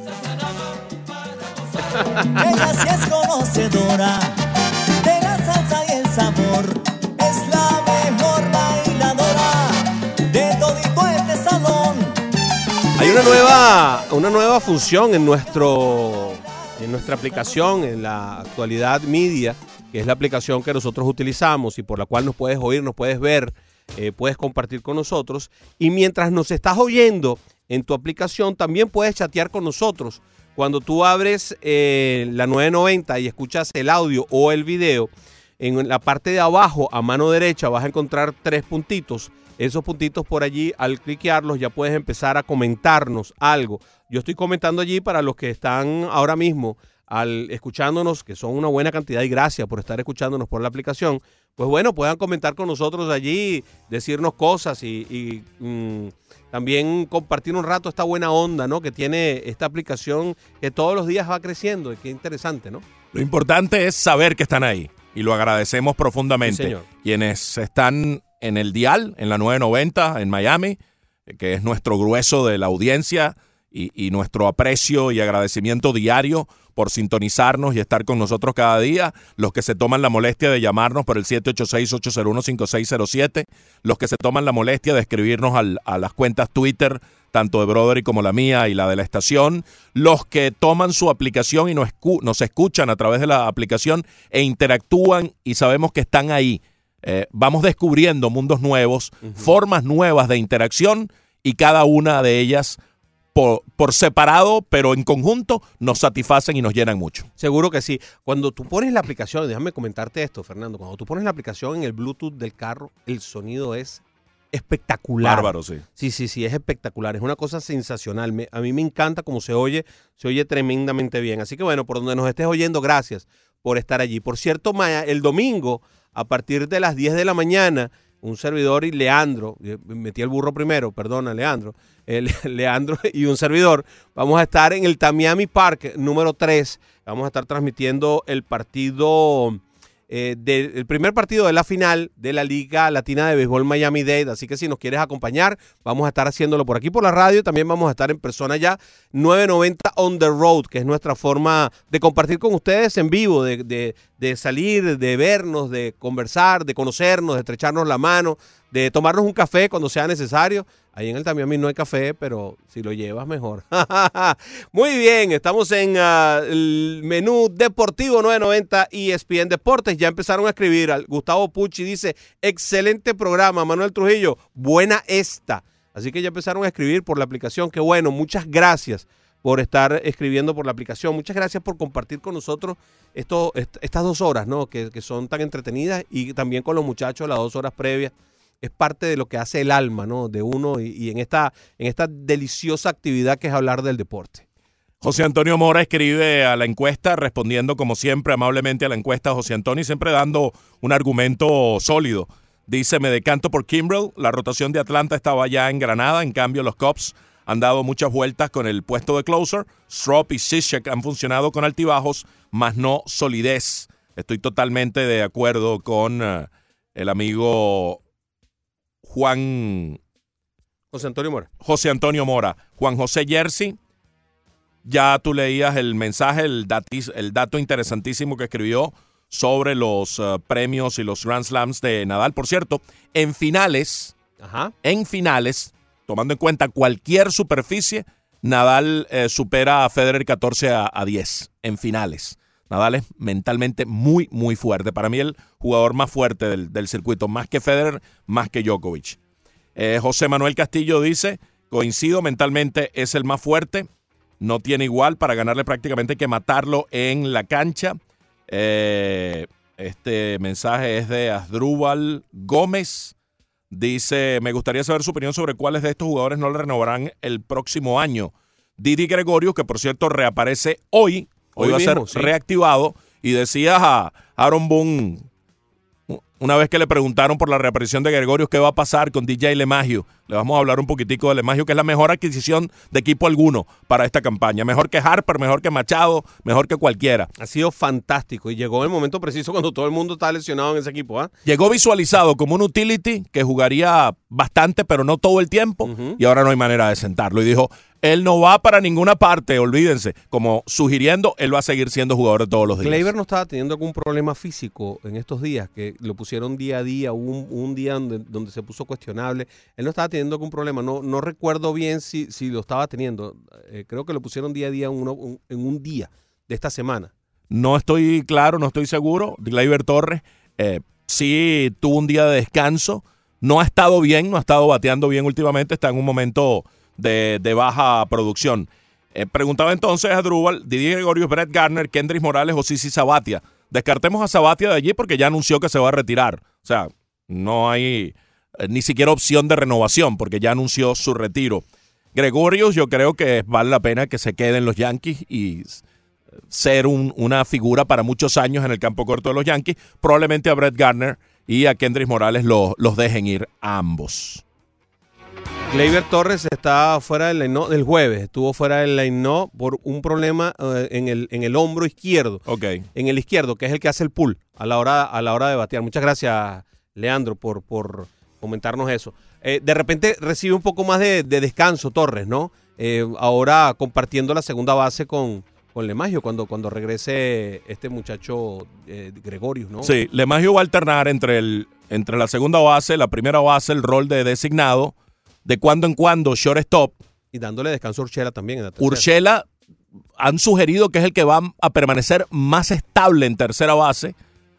Ella sí es conocedora de la salsa y el sabor. Es la mejor bailadora de todito este salón. Hay una nueva función en nuestra aplicación, en la Actualidad Media, que es la aplicación que nosotros utilizamos y por la cual nos puedes oír, nos puedes ver, puedes compartir con nosotros. Y mientras nos estás oyendo en tu aplicación, también puedes chatear con nosotros. Cuando tú abres la 990 y escuchas el audio o el video, en la parte de abajo, a mano derecha, vas a encontrar 3 puntitos. Esos puntitos por allí, al cliquearlos, ya puedes empezar a comentarnos algo. Yo estoy comentando allí para los que están ahora mismo escuchándonos, que son una buena cantidad, y gracias por estar escuchándonos por la aplicación. Pues bueno, puedan comentar con nosotros allí, decirnos cosas y también compartir un rato esta buena onda, ¿no?, que tiene esta aplicación, que todos los días va creciendo. Y qué interesante, ¿no? Lo importante es saber que están ahí. Y lo agradecemos profundamente. Sí, señor. Quienes están en el dial, en la 990 en Miami, que es nuestro grueso de la audiencia y nuestro aprecio y agradecimiento diario por sintonizarnos y estar con nosotros cada día. Los que se toman la molestia de llamarnos por el 786-801-5607. Los que se toman la molestia de escribirnos a las cuentas Twitter, tanto de Broderick como la mía y la de la estación, los que toman su aplicación y nos escuchan a través de la aplicación e interactúan y sabemos que están ahí. Vamos descubriendo mundos nuevos, formas nuevas de interacción y cada una de ellas por separado, pero en conjunto, nos satisfacen y nos llenan mucho. Seguro que sí. Cuando tú pones la aplicación, déjame comentarte esto, Fernando, cuando tú pones la aplicación en el Bluetooth del carro, el sonido es espectacular. Bárbaro, sí. Sí, es espectacular, es una cosa sensacional. A mí me encanta cómo se oye tremendamente bien. Así que bueno, por donde nos estés oyendo, gracias por estar allí. Por cierto, Maya, el domingo, a partir de las 10 de la mañana, un servidor y Leandro, metí el burro primero, perdona, Leandro y un servidor, vamos a estar en el Tamiami Park número 3, vamos a estar transmitiendo el partido, el primer partido de la final de la Liga Latina de Béisbol Miami-Dade, así que si nos quieres acompañar, vamos a estar haciéndolo por aquí por la radio, también vamos a estar en persona ya, 990 on the road, que es nuestra forma de compartir con ustedes en vivo, de salir, de vernos, de conversar, de conocernos, de estrecharnos la mano, de tomarnos un café cuando sea necesario. Ahí en el Tamiami no hay café, pero si lo llevas mejor. Muy bien, estamos en el menú deportivo 990 ESPN Deportes. Ya empezaron a escribir. Gustavo Pucci dice, excelente programa. Manuel Trujillo, buena esta. Así que ya empezaron a escribir por la aplicación. Qué bueno, muchas gracias por estar escribiendo por la aplicación. Muchas gracias por compartir con nosotros estas 2 horas, ¿no? Que son tan entretenidas, y también con los muchachos las 2 horas previas. Es parte de lo que hace el alma, ¿no? De uno y en esta deliciosa actividad que es hablar del deporte. José Antonio Mora escribe a la encuesta, respondiendo como siempre amablemente a la encuesta. José Antonio siempre dando un argumento sólido. Dice, me decanto por Kimbrel. La rotación de Atlanta estaba ya engranada. En cambio, los Cubs han dado muchas vueltas con el puesto de closer. Strop y Cishek han funcionado con altibajos, más no solidez. Estoy totalmente de acuerdo con el amigo José Antonio Mora. Juan José Jersey, ya tú leías el mensaje, el dato interesantísimo que escribió sobre los premios y los Grand Slams de Nadal. Por cierto, en finales, tomando en cuenta cualquier superficie, Nadal supera a Federer 14-10 en finales. Nadal es mentalmente muy, muy fuerte. Para mí el jugador más fuerte del circuito, más que Federer, más que Djokovic. José Manuel Castillo dice, coincido, mentalmente es el más fuerte. No tiene igual, para ganarle prácticamente hay que matarlo en la cancha. Este mensaje es de Asdrúbal Gómez. Dice, me gustaría saber su opinión sobre cuáles de estos jugadores no le renovarán el próximo año. Didi Gregorius, que por cierto reaparece hoy va a ser reactivado, y decía a Aaron Boone, una vez que le preguntaron por la reaparición de Gregorius, ¿qué va a pasar con DJ LeMahieu? Le vamos a hablar un poquitico de LeMahieu, que es la mejor adquisición de equipo alguno para esta campaña. Mejor que Harper, mejor que Machado, mejor que cualquiera. Ha sido fantástico y llegó en el momento preciso cuando todo el mundo estaba lesionado en ese equipo. Llegó visualizado como un utility que jugaría bastante, pero no todo el tiempo, y ahora no hay manera de sentarlo. Y dijo, él no va para ninguna parte, olvídense. Como sugiriendo, él va a seguir siendo jugador de todos los días. Gleyber no estaba teniendo algún problema físico en estos días, que lo pusieron día a día, hubo un día donde se puso cuestionable. Él no estaba teniendo algún problema, no recuerdo bien si lo estaba teniendo. Creo que lo pusieron día a día en un día de esta semana. No estoy claro, no estoy seguro. Gleyber Torres sí tuvo un día de descanso. No ha estado bien, no ha estado bateando bien últimamente, está en un momento de baja producción. Preguntaba entonces a Drubal, Didier Gregorius, Brett Gardner, Kendrys Morales o Sisi Sabathia. Descartemos a Sabathia de allí porque ya anunció que se va a retirar. O sea, no hay ni siquiera opción de renovación porque ya anunció su retiro. Gregorius, yo creo que vale la pena que se quede en los Yankees y ser una figura para muchos años en el campo corto de los Yankees. Probablemente a Brett Gardner y a Kendrys Morales los dejen ir a ambos. Gleyber Torres está fuera del line-up del jueves, estuvo fuera del line-up por un problema en el hombro izquierdo. Okay. En el izquierdo, que es el que hace el pull a la hora de batear. Muchas gracias, Leandro, por comentarnos eso. De repente recibe un poco más de descanso Torres, ¿no? Ahora compartiendo la segunda base con LeMahieu cuando regrese este muchacho Gregorius, ¿no? Sí, LeMahieu va a alternar entre la segunda base, la primera base, el rol de designado, de cuando en cuando shortstop. Y dándole descanso a Urshela también en la tercera. Urshela han sugerido que es el que va a permanecer más estable en tercera base.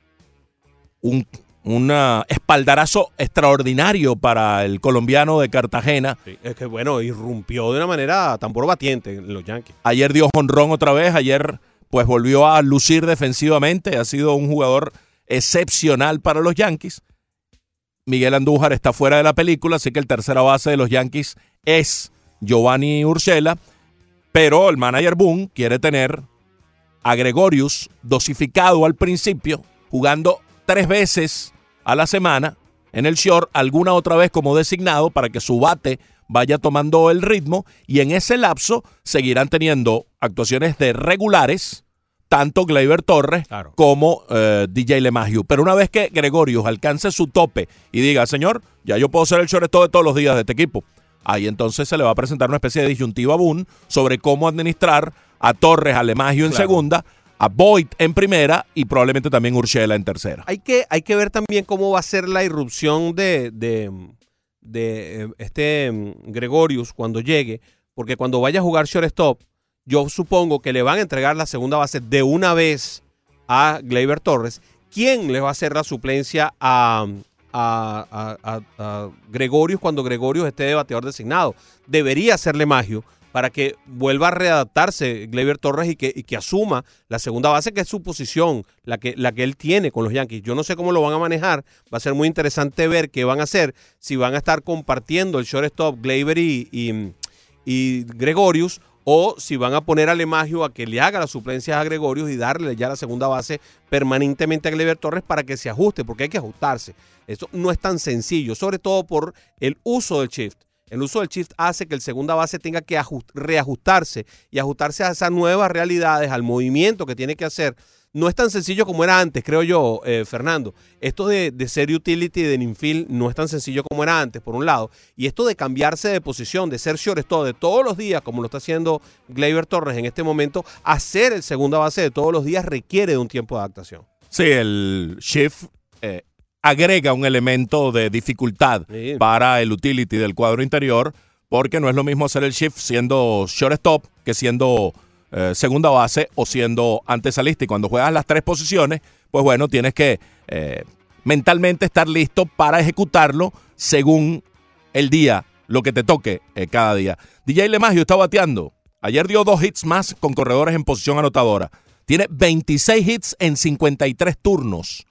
Un espaldarazo extraordinario para el colombiano de Cartagena. Sí, es que bueno, irrumpió de una manera tambor batiente en los Yankees. Ayer dio jonrón otra vez, ayer pues volvió a lucir defensivamente, ha sido un jugador excepcional para los Yankees. Miguel Andújar está fuera de la película, así que el tercera base de los Yankees es Giovanni Urshela, pero el manager Boone quiere tener a Gregorius dosificado al principio, jugando 3 veces a la semana en el short, alguna otra vez como designado para que su bate vaya tomando el ritmo, y en ese lapso seguirán teniendo actuaciones de regulares tanto Gleyber Torres como DJ LeMahieu. Pero una vez que Gregorius alcance su tope y diga, señor, ya yo puedo ser el shortstop de todos los días de este equipo, ahí entonces se le va a presentar una especie de disyuntiva a Boone sobre cómo administrar a Torres, a LeMahieu en segunda, a Boyd en primera y probablemente también Urshela en tercera. Hay que ver también cómo va a ser la irrupción de Gregorius cuando llegue, porque cuando vaya a jugar shortstop, yo supongo que le van a entregar la segunda base de una vez a Gleyber Torres. ¿Quién le va a hacer la suplencia a Gregorius cuando Gregorius esté de bateador designado? Debería ser LeMahieu para que vuelva a readaptarse Gleyber Torres y que asuma la segunda base, que es su posición, la que él tiene con los Yankees. Yo no sé cómo lo van a manejar. Va a ser muy interesante ver qué van a hacer, si van a estar compartiendo el shortstop Gleyber y Gregorius, o si van a poner a LeMahieu a que le haga las suplencias a Gregorius y darle ya la segunda base permanentemente a Gleyber Torres para que se ajuste, porque hay que ajustarse. Esto no es tan sencillo, sobre todo por el uso del shift. El uso del shift hace que el segunda base tenga que reajustarse y ajustarse a esas nuevas realidades, al movimiento que tiene que hacer. No es tan sencillo como era antes, creo yo, Fernando. Esto de ser utility de infield no es tan sencillo como era antes, por un lado. Y esto de cambiarse de posición, de ser shortstop de todos los días, como lo está haciendo Gleyber Torres en este momento, hacer el segunda base de todos los días requiere de un tiempo de adaptación. Sí, el shift agrega un elemento de dificultad para el utility del cuadro interior, porque no es lo mismo hacer el shift siendo shortstop que siendo segunda base o siendo antesalista. Y cuando juegas las tres posiciones, pues bueno, tienes que mentalmente estar listo para ejecutarlo según el día, lo que te toque cada día. DJ LeMahieu está bateando. Ayer dio 2 hits más con corredores en posición anotadora. Tiene 26 hits en 53 turnos.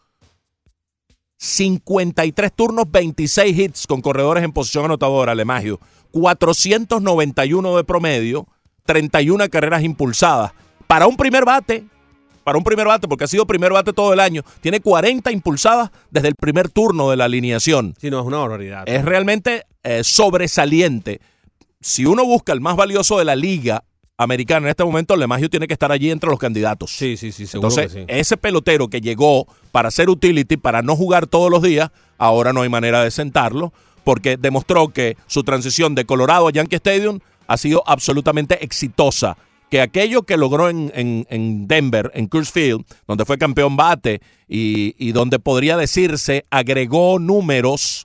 53 turnos, 26 hits con corredores en posición anotadora, LeMahieu. 491 de promedio, 31 carreras impulsadas. Para un primer bate, porque ha sido primer bate todo el año, tiene 40 impulsadas desde el primer turno de la alineación. Sí, no, es una barbaridad. Es realmente sobresaliente. Si uno busca el más valioso de la liga americana en este momento, LeMahieu tiene que estar allí entre los candidatos. Sí, seguro. Entonces, que sí. Ese pelotero que llegó para ser utility, para no jugar todos los días, ahora no hay manera de sentarlo, porque demostró que su transición de Colorado a Yankee Stadium ha sido absolutamente exitosa. Que aquello que logró en Denver, en Coors Field, donde fue campeón bate y donde podría decirse agregó números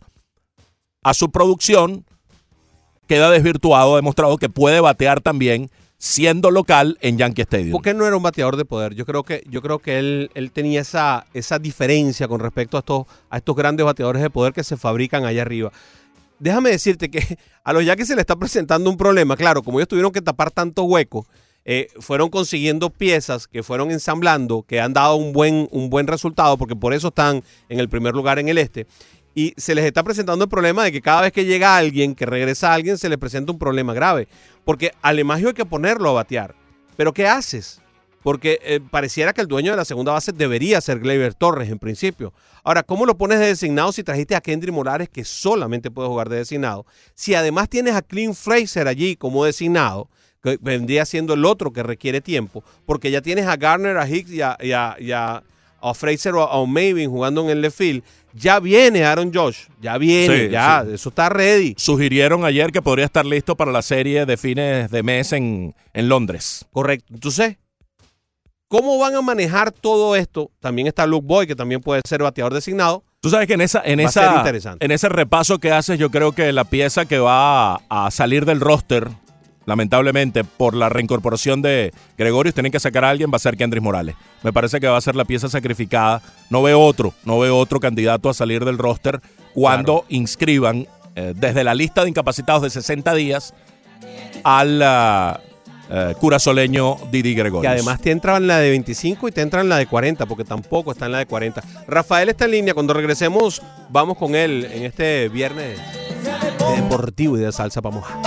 a su producción, queda desvirtuado, ha demostrado que puede batear también siendo local en Yankee Stadium. Porque él no era un bateador de poder. Yo creo que él tenía esa diferencia con respecto a estos grandes bateadores de poder que se fabrican allá arriba. Déjame decirte que a los Yankees se le está presentando un problema. Claro, como ellos tuvieron que tapar tantos huecos, fueron consiguiendo piezas que fueron ensamblando, que han dado un buen resultado, porque por eso están en el primer lugar en el este. Y se les está presentando el problema de que cada vez que llega alguien, que regresa alguien, se les presenta un problema grave. Porque a LeMahieu hay que ponerlo a batear. ¿Pero qué haces? Porque pareciera que el dueño de la segunda base debería ser Gleyber Torres en principio. Ahora, ¿cómo lo pones de designado si trajiste a Kendry Morales, que solamente puede jugar de designado? Si además tienes a Clint Frazier allí como designado, que vendría siendo el otro que requiere tiempo, porque ya tienes a Garner, a Hicks y a Frazier o a Maven jugando en el left field. Ya viene Aaron Josh, eso está ready. Sugirieron ayer que podría estar listo para la serie de fines de mes en Londres. Correcto. Entonces, ¿cómo van a manejar todo esto? También está Luke Boyd, que también puede ser bateador designado. Tú sabes que en ese repaso que haces, yo creo que la pieza que va a salir del roster, lamentablemente, por la reincorporación de Gregorius, tienen que sacar a alguien, va a ser Kendry Morales. Me parece que va a ser la pieza sacrificada. No veo otro candidato a salir del roster cuando inscriban desde la lista de incapacitados de 60 días al curazoleño Didi Gregorius. Que además te entra en la de 25 y te entra en la de 40, porque tampoco está en la de 40. Rafael está en línea. Cuando regresemos, vamos con él en este viernes de deportivo y de salsa para mojar.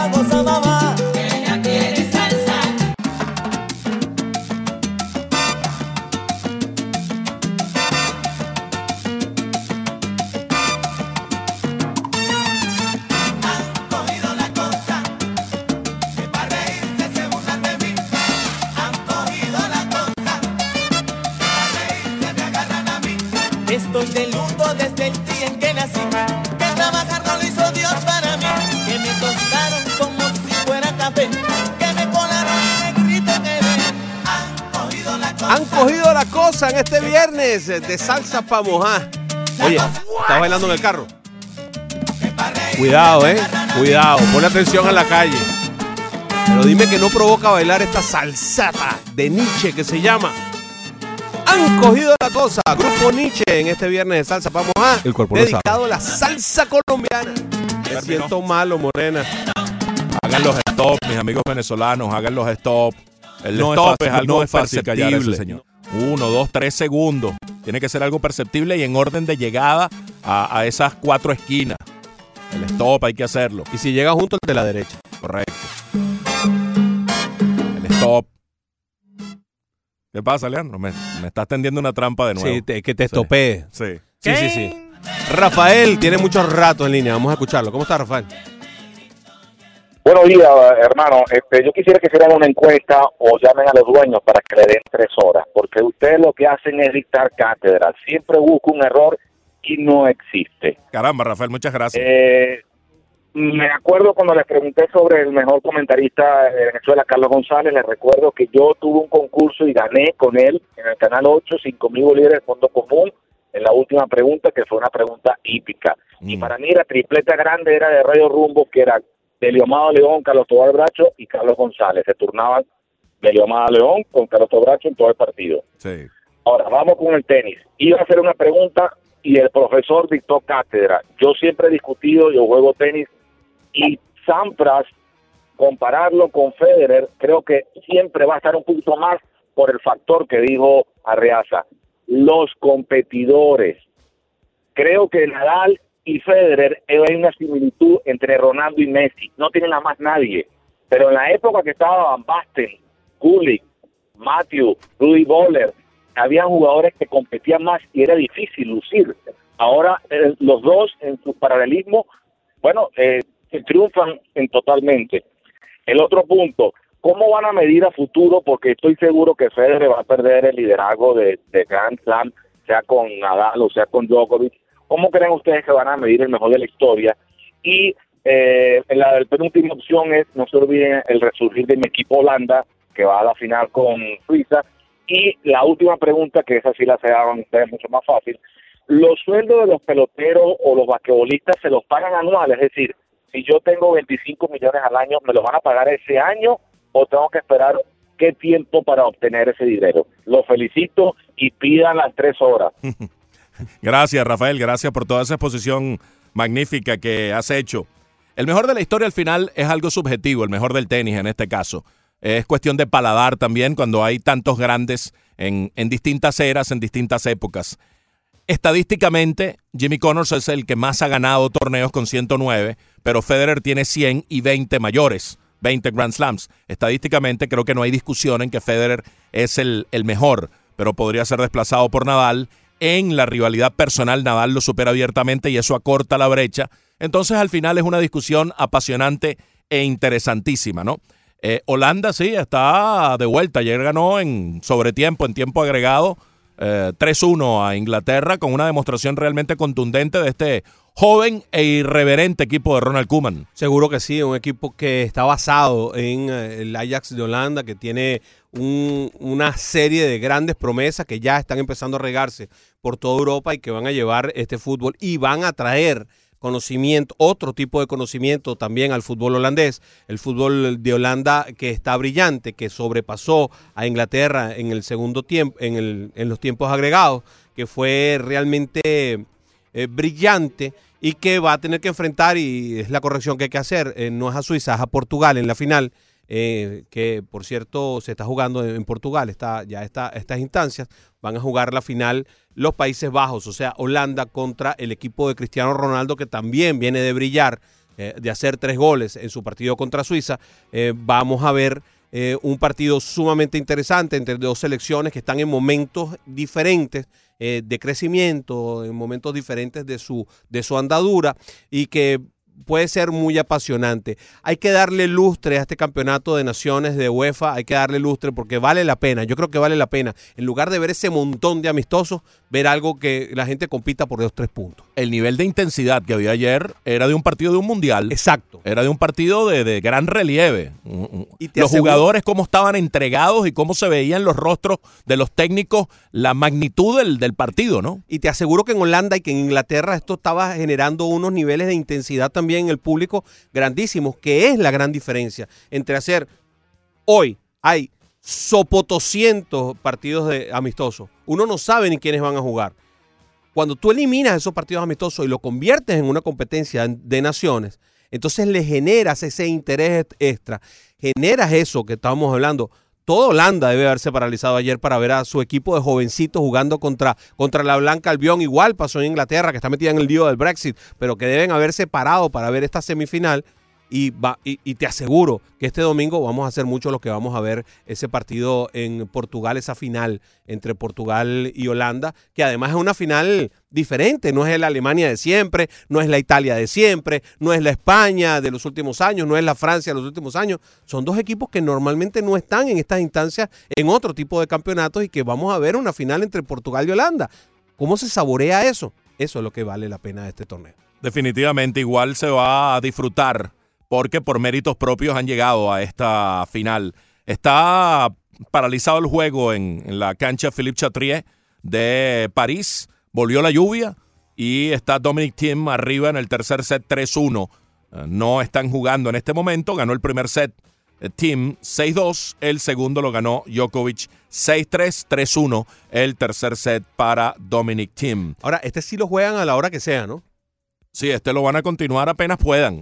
Estoy de luto desde el día en que nací, que trabajar no lo hizo Dios para mí, que me tostaron como si fuera café, que me colaron y negrito que ven. Han cogido la cosa en este viernes de salsa pa' mojar. Oye, ¿estás bailando en el carro? Cuidado, cuidado, ponle atención a la calle. Pero dime que no provoca bailar esta salsata de Nietzsche que se llama. Han cogido la cosa, Grupo Nietzsche en este viernes de salsa. Vamos a El cuerpo lo dedicado a la salsa colombiana. Me siento malo, Morena. Hagan los stop, mis amigos venezolanos, hagan los stop. El No stop es es fácil, algo no es fácil callar a ese perceptible. señor. 1, 2, 3 segundos. Tiene que ser algo perceptible y en orden de llegada a esas 4 esquinas. El stop hay que hacerlo. Y si llega junto al de la derecha. Correcto. El stop. ¿Qué pasa, Leandro? Me estás tendiendo una trampa de nuevo. Sí, que te estopee. Sí. Sí. Rafael tiene muchos ratos en línea. Vamos a escucharlo. ¿Cómo está, Rafael? Buenos días, hermano. Yo quisiera que hicieran una encuesta o llamen a los dueños para que le den 3 horas, porque ustedes lo que hacen es dictar cátedra. Siempre busco un error y no existe. Caramba, Rafael, muchas gracias. Me acuerdo cuando les pregunté sobre el mejor comentarista de Venezuela, Carlos González. Les recuerdo que yo tuve un concurso y gané con él en el Canal 8, 5,000 bolívares de fondo común, en la última pregunta, que fue una pregunta hípica. Y para mí la tripleta grande era de Radio Rumbo, que era Deliomado León, Carlos Tobar Bracho y Carlos González. Se turnaban Deliomado León con Carlos Tobar Bracho en todo el partido. Sí. Ahora, vamos con el tenis. Iba a hacer una pregunta y el profesor dictó cátedra. Yo siempre he discutido, yo juego tenis, y Sampras, compararlo con Federer, creo que siempre va a estar un poquito más por el factor que dijo Arreaza. Los competidores. Creo que Nadal y Federer, hay una similitud entre Ronaldo y Messi. No tienen a más nadie. Pero en la época que estaba Van Basten, Gullit, Matthew, Rudy Boller, había jugadores que competían más y era difícil lucir. Ahora los dos en su paralelismo, se triunfan totalmente. El otro punto, ¿cómo van a medir a futuro? Porque estoy seguro que Federer va a perder el liderazgo de Grand Slam, sea con Nadal o sea con Djokovic. ¿Cómo creen ustedes que van a medir el mejor de la historia? Y la penúltima opción es, no se olviden, el resurgir de mi equipo Holanda, que va a la final con Suiza. Y la última pregunta, que esa sí la se hagan ustedes mucho más fácil, ¿los sueldos de los peloteros o los basquetbolistas se los pagan anuales? Es decir, si yo tengo 25 millones al año, ¿me los van a pagar ese año o tengo que esperar qué tiempo para obtener ese dinero? Los felicito y pidan las 3 horas. Gracias, Rafael. Gracias por toda esa exposición magnífica que has hecho. El mejor de la historia al final es algo subjetivo, el mejor del tenis en este caso. Es cuestión de paladar también cuando hay tantos grandes en distintas eras, en distintas épocas. Estadísticamente, Jimmy Connors es el que más ha ganado torneos con 109, pero Federer tiene 100 y 20 mayores, 20 Grand Slams. Estadísticamente creo que no hay discusión en que Federer es el mejor, pero podría ser desplazado por Nadal. En la rivalidad personal, Nadal lo supera abiertamente y eso acorta la brecha. Entonces, al final es una discusión apasionante e interesantísima, ¿no? Holanda sí, está de vuelta. Ayer ganó en sobretiempo, en tiempo agregado, 3-1 a Inglaterra con una demostración realmente contundente de este joven e irreverente equipo de Ronald Koeman. Seguro que sí, un equipo que está basado en el Ajax de Holanda, que tiene una serie de grandes promesas que ya están empezando a regarse por toda Europa y que van a llevar este fútbol y van a traer conocimiento, otro tipo de conocimiento también al fútbol holandés. El fútbol de Holanda que está brillante, que sobrepasó a Inglaterra en el segundo tiempo, en los tiempos agregados, que fue realmente brillante y que va a tener que enfrentar, y es la corrección que hay que hacer, no es a Suiza, es a Portugal en la final, que por cierto se está jugando en Portugal, estas instancias van a jugar la final los Países Bajos, o sea, Holanda contra el equipo de Cristiano Ronaldo, que también viene de brillar, de hacer 3 goles en su partido contra Suiza. Vamos a ver un partido sumamente interesante entre 2 selecciones que están en momentos diferentes de crecimiento, en momentos diferentes de su andadura, y que puede ser muy apasionante. Hay que darle lustre a este campeonato de naciones de UEFA, hay que darle lustre porque vale la pena, yo creo que vale la pena, en lugar de ver ese montón de amistosos, ver algo que la gente compita por 2-3 puntos. El nivel de intensidad que había ayer era de un partido de un mundial. Exacto. Era de un partido de gran relieve. Y los jugadores cómo estaban entregados y cómo se veían los rostros de los técnicos, la magnitud del partido, ¿no? Y te aseguro que en Holanda y que en Inglaterra esto estaba generando unos niveles de intensidad también también en el público grandísimos, que es la gran diferencia entre hacer, hoy hay sopotoscientos partidos amistosos, uno no sabe ni quiénes van a jugar. Cuando tú eliminas esos partidos amistosos y lo conviertes en una competencia de naciones, entonces le generas ese interés extra, generas eso que estábamos hablando. Toda Holanda debe haberse paralizado ayer para ver a su equipo de jovencitos jugando contra la Blanca Albión. Igual pasó en Inglaterra, que está metida en el lío del Brexit, pero que deben haberse parado para ver esta semifinal. Y te aseguro que este domingo vamos a hacer mucho lo que vamos a ver ese partido en Portugal, esa final entre Portugal y Holanda, que además es una final diferente, no es la Alemania de siempre, no es la Italia de siempre, no es la España de los últimos años, no es la Francia de los últimos años. Son dos equipos que normalmente no están en estas instancias en otro tipo de campeonatos y que vamos a ver una final entre Portugal y Holanda. ¿Cómo se saborea eso? Eso es lo que vale la pena de este torneo. Definitivamente igual se va a disfrutar, porque por méritos propios han llegado a esta final. Está paralizado el juego en la cancha Philippe Chatrier de París. Volvió la lluvia y está Dominic Thiem arriba en el tercer set 3-1. No están jugando en este momento. Ganó el primer set Thiem 6-2. El segundo lo ganó Djokovic 6-3, 3-1. El tercer set para Dominic Thiem. Ahora, este sí lo juegan a la hora que sea, ¿no? Sí, lo van a continuar apenas puedan.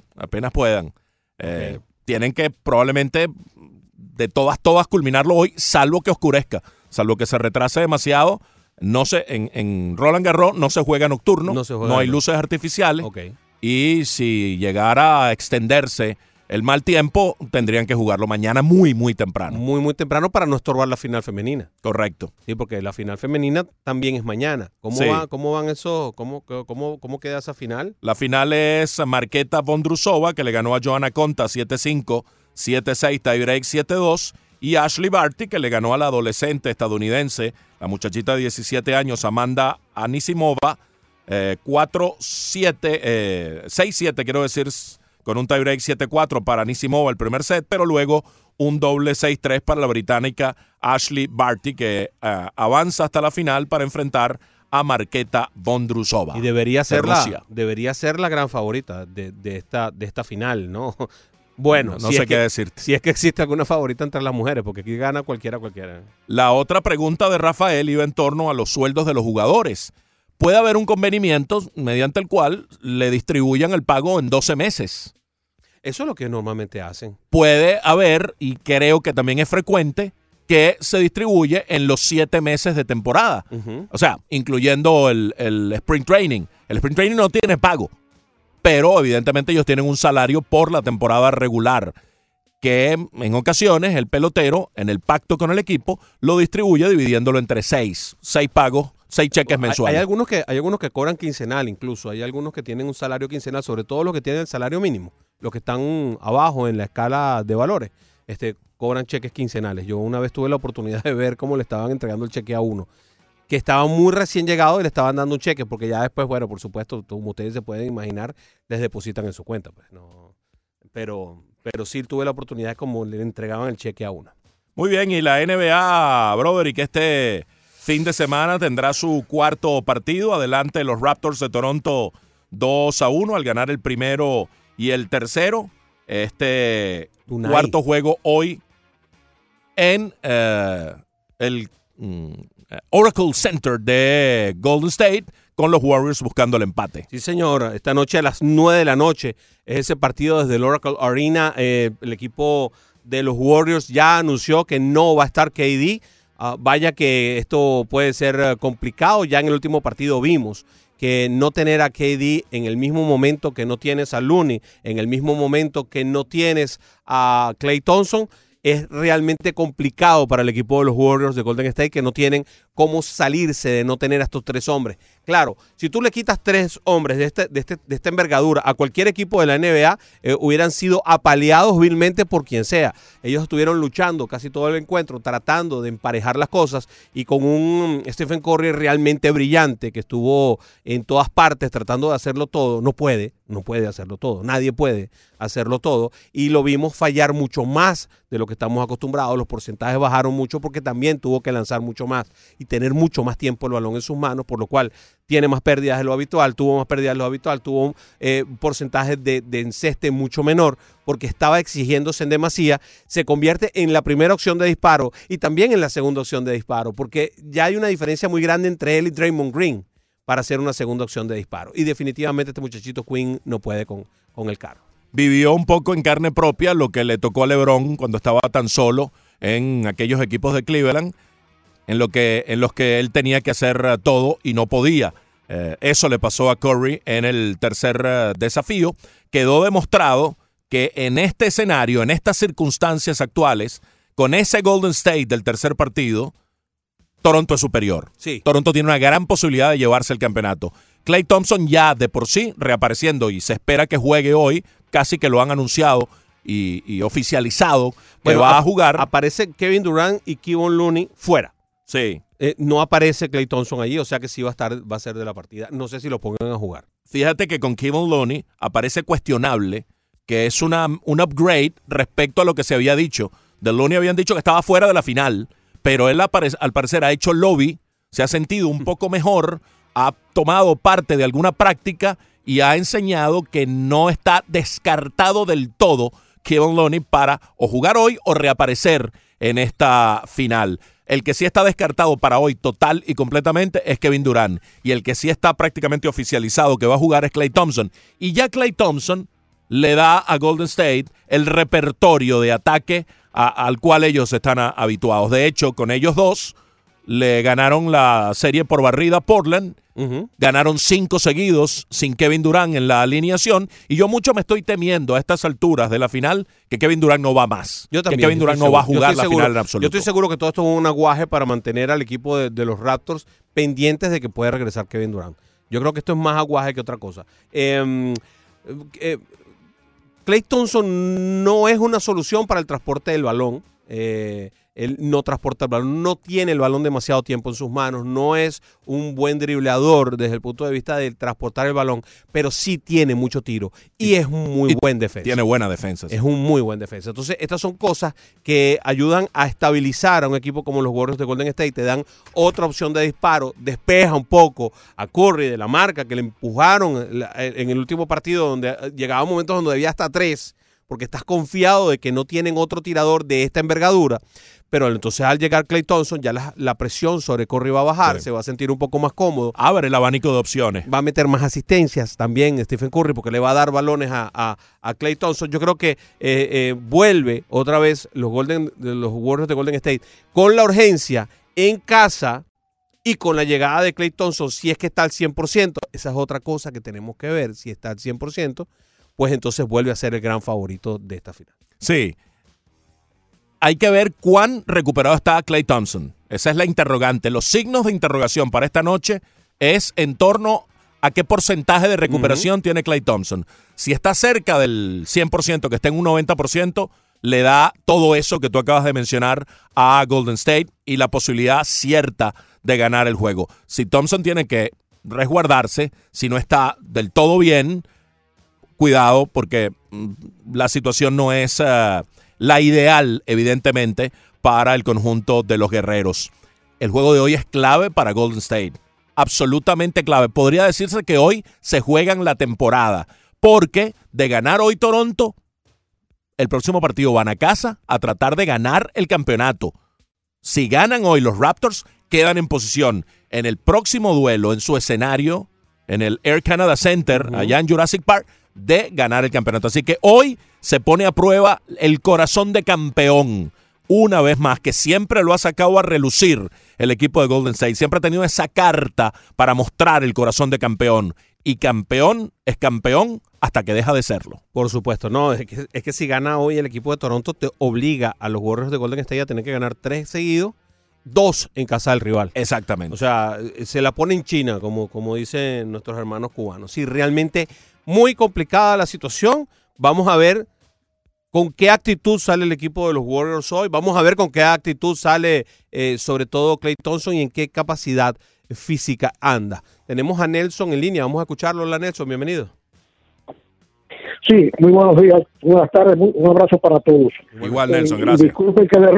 Okay. Tienen que probablemente de todas culminarlo hoy, salvo que oscurezca, salvo que se retrase demasiado. No sé, en Roland Garros no se juega nocturno, no hay luces artificiales. Okay. Y si llegara a extenderse el mal tiempo, tendrían que jugarlo mañana muy, muy temprano. Muy, muy temprano para no estorbar la final femenina. Correcto. Sí, porque la final femenina también es mañana. ¿Cómo van esos? ¿Cómo queda esa final? La final es Marketa Vondrousova, que le ganó a Johanna Konta 7-5, 7-6, tiebreak 7-2. Y Ashley Barty, que le ganó a la adolescente estadounidense, la muchachita de 17 años, Amanda Anisimova, 6-7, quiero decir, con un tiebreak 7-4 para Anisimova el primer set, pero luego un doble 6-3 para la británica Ashley Barty, que avanza hasta la final para enfrentar a Marketa Vondrousova. Y debería ser la gran favorita de esta final, ¿no? Bueno, no sé qué decirte. Si es que existe alguna favorita entre las mujeres, porque aquí gana cualquiera. La otra pregunta de Rafael iba en torno a los sueldos de los jugadores. Puede haber un convenimiento mediante el cual le distribuyan el pago en 12 meses. Eso es lo que normalmente hacen. Puede haber, y creo que también es frecuente, que se distribuye en los 7 meses de temporada. Uh-huh. O sea, incluyendo el Spring Training. El Spring Training no tiene pago, pero evidentemente ellos tienen un salario por la temporada regular, que en ocasiones el pelotero, en el pacto con el equipo, lo distribuye dividiéndolo entre 6 pagos, 6 cheques mensuales. Hay algunos que cobran quincenal incluso, hay algunos que tienen un salario quincenal, sobre todo los que tienen el salario mínimo, los que están abajo en la escala de valores, cobran cheques quincenales. Yo una vez tuve la oportunidad de ver cómo le estaban entregando el cheque a uno, que estaba muy recién llegado y le estaban dando un cheque, porque ya después, bueno, por supuesto, como ustedes se pueden imaginar, les depositan en su cuenta, pues no. Pero sí tuve la oportunidad de cómo le entregaban el cheque a uno. Muy bien, y la NBA, Broderick, este fin de semana tendrá su cuarto partido. Adelante los Raptors de Toronto 2-1 al ganar el primero y el tercero. Cuarto juego hoy en el Oracle Center de Golden State, con los Warriors buscando el empate. Sí, señor. Esta noche a las 9 de la noche es ese partido desde el Oracle Arena. El equipo de los Warriors ya anunció que no va a estar KD. Vaya que esto puede ser complicado. Ya en el último partido vimos que no tener a KD en el mismo momento que no tienes a Looney, en el mismo momento que no tienes a Klay Thompson, es realmente complicado para el equipo de los Warriors de Golden State, que no tienen cómo salirse de no tener a estos 3 hombres. Claro, si tú le quitas 3 hombres de esta envergadura a cualquier equipo de la NBA, hubieran sido apaleados vilmente por quien sea. Ellos estuvieron luchando casi todo el encuentro, tratando de emparejar las cosas, y con un Stephen Curry realmente brillante, que estuvo en todas partes tratando de hacerlo todo. No puede hacerlo todo, nadie puede hacerlo todo, y lo vimos fallar mucho más de lo que estamos acostumbrados. Los porcentajes bajaron mucho porque también tuvo que lanzar mucho más y tener mucho más tiempo el balón en sus manos, por lo cual tiene más pérdidas de lo habitual, tuvo más pérdidas de lo habitual, tuvo un porcentaje de enceste mucho menor porque estaba exigiéndose en demasía, se convierte en la primera opción de disparo y también en la segunda opción de disparo, porque ya hay una diferencia muy grande entre él y Draymond Green para hacer una segunda opción de disparo. Y definitivamente este muchachito Quinn no puede con el carro. Vivió un poco en carne propia lo que le tocó a LeBron cuando estaba tan solo en aquellos equipos de Cleveland, en los que él tenía que hacer todo y no podía. Eso le pasó a Curry en el tercer desafío. Quedó demostrado que en este escenario, en estas circunstancias actuales, con ese Golden State del tercer partido, Toronto es superior. Sí. Toronto tiene una gran posibilidad de llevarse el campeonato. Klay Thompson ya de por sí reapareciendo y se espera que juegue hoy, casi que lo han anunciado y oficializado que va a jugar. Aparece Kevin Durant y Kevon Looney fuera. Sí. No aparece Klay Thompson allí, o sea que sí va a ser de la partida. No sé si lo pongan a jugar. Fíjate que con Kevon Looney aparece cuestionable, que es un upgrade respecto a lo que se había dicho. De Looney habían dicho que estaba fuera de la final, pero él al parecer ha hecho lobby, se ha sentido un poco mejor, ha tomado parte de alguna práctica y ha enseñado que no está descartado del todo Kevon Looney para o jugar hoy o reaparecer en esta final. El que sí está descartado para hoy total y completamente es Kevin Durant. Y el que sí está prácticamente oficializado que va a jugar es Klay Thompson. Y ya Klay Thompson le da a Golden State el repertorio de ataque al cual ellos están habituados. De hecho, con ellos dos le ganaron la serie por barrida a Portland. Ganaron 5 seguidos sin Kevin Durant en la alineación. Y yo mucho me estoy temiendo a estas alturas de la final que Kevin Durant no va más. Yo también, que Kevin Durant no va a jugar la final en absoluto. Yo estoy seguro que todo esto es un aguaje para mantener al equipo de los Raptors pendientes de que pueda regresar Kevin Durant. Yo creo que esto es más aguaje que otra cosa. Klay Thompson no es una solución para el transporte del balón. Él no transporta el balón, no tiene el balón demasiado tiempo en sus manos, no es un buen dribleador desde el punto de vista de transportar el balón, pero sí tiene mucho tiro y es muy buen defensa. Tiene buena defensa. Sí. Es un muy buen defensa. Entonces, estas son cosas que ayudan a estabilizar a un equipo como los Warriors de Golden State, te dan otra opción de disparo, despeja un poco a Curry de la marca que le empujaron en el último partido donde llegaba momentos donde debía hasta 3, porque estás confiado de que no tienen otro tirador de esta envergadura. Pero entonces al llegar Klay Thompson ya la presión sobre Curry va a bajar, se va a sentir un poco más cómodo. Abre el abanico de opciones. Va a meter más asistencias también Stephen Curry porque le va a dar balones a Klay Thompson. Yo creo que vuelve otra vez los Warriors de Golden State con la urgencia en casa y con la llegada de Klay Thompson, si es que está al 100%. Esa es otra cosa que tenemos que ver, si está al 100%, pues entonces vuelve a ser el gran favorito de esta final. Sí. Hay que ver cuán recuperado está Klay Thompson. Esa es la interrogante. Los signos de interrogación para esta noche es en torno a qué porcentaje de recuperación tiene Klay Thompson. Si está cerca del 100%, que está en un 90%, le da todo eso que tú acabas de mencionar a Golden State y la posibilidad cierta de ganar el juego. Si Thompson tiene que resguardarse, si no está del todo bien, cuidado porque la situación no es la ideal, evidentemente, para el conjunto de los guerreros. El juego de hoy es clave para Golden State. Absolutamente clave. Podría decirse que hoy se juegan la temporada. Porque de ganar hoy Toronto, el próximo partido van a casa a tratar de ganar el campeonato. Si ganan hoy los Raptors, quedan en posición en el próximo duelo, en su escenario, en el Air Canada Center, allá en Jurassic Park, de ganar el campeonato. Así que hoy se pone a prueba el corazón de campeón, una vez más, que siempre lo ha sacado a relucir el equipo de Golden State. Siempre ha tenido esa carta para mostrar el corazón de campeón. Y campeón es campeón hasta que deja de serlo. Por supuesto, no, es que si gana hoy el equipo de Toronto, te obliga a los Warriors de Golden State a tener que ganar 3 seguidos, 2 en casa del rival. Exactamente. O sea, se la pone en China, como dicen nuestros hermanos cubanos. Sí, realmente muy complicada la situación. Vamos a ver con qué actitud sale el equipo de los Warriors hoy. Vamos a ver con qué actitud sale sobre todo Klay Thompson y en qué capacidad física anda. Tenemos a Nelson en línea. Vamos a escucharlo. Hola, Nelson. Bienvenido. Sí, muy buenos días. Buenas tardes. Un abrazo para todos. Igual, Nelson. Gracias. Disculpe que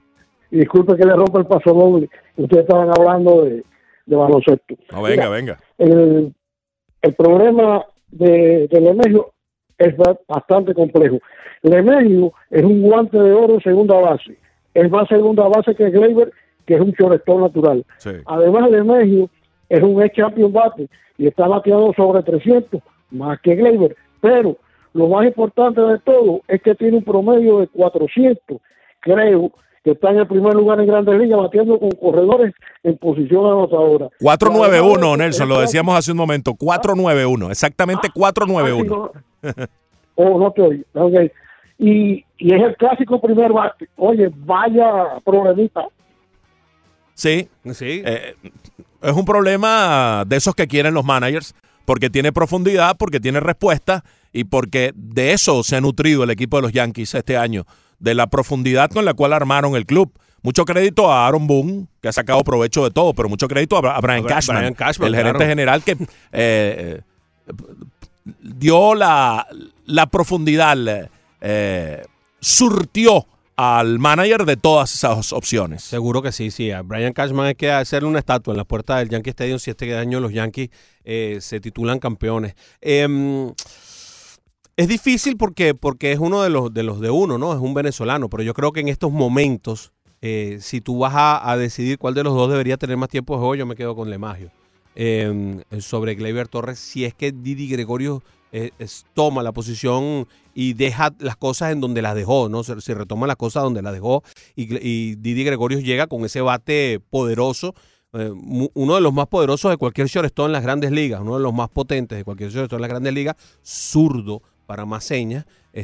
le rompa el paso doble. Ustedes estaban hablando de baloncesto. No, venga. el problema de LeMahieu es bastante complejo. LeMahieu es un guante de oro en segunda base. Es más segunda base que Gleyber, que es un shortstop natural. Sí. Además, LeMahieu es un ex-champion bate y está bateando sobre 300, más que Gleyber. Pero lo más importante de todo es que tiene un promedio de 400. Creo que está en el primer lugar en Grandes Ligas bateando con corredores en posición anotadora. 4-9-1, Nelson, lo decíamos hace un momento. 4-9-1, exactamente 4-9-1. No te oí. Okay. Y es el clásico primer bate. Oye, vaya problemita. Sí. Es un problema de esos que quieren los managers, porque tiene profundidad, porque tiene respuesta y porque de eso se ha nutrido el equipo de los Yankees este año, de la profundidad con la cual armaron el club. Mucho crédito a Aaron Boone, que ha sacado provecho de todo, pero mucho crédito a Brian Cashman, el gerente general que dio la profundidad, surtió al manager de todas esas opciones. Seguro que sí. A Brian Cashman hay que hacerle una estatua en la puerta del Yankee Stadium si este año los Yankees se titulan campeones. Es difícil porque es uno de los de uno, ¿no? Es un venezolano, pero yo creo que en estos momentos, si tú vas a decidir cuál de los dos debería tener más tiempo de juego, yo me quedo con LeMahieu. Sobre Gleyber Torres, si es que Didi Gregorius toma la posición y deja las cosas en donde las dejó, ¿no? Si retoma las cosas donde las dejó y Didi Gregorius llega con ese bate poderoso, uno de los más poderosos de cualquier shortstop en las Grandes Ligas, uno de los más potentes de cualquier shortstop en las Grandes Ligas, zurdo para más señas,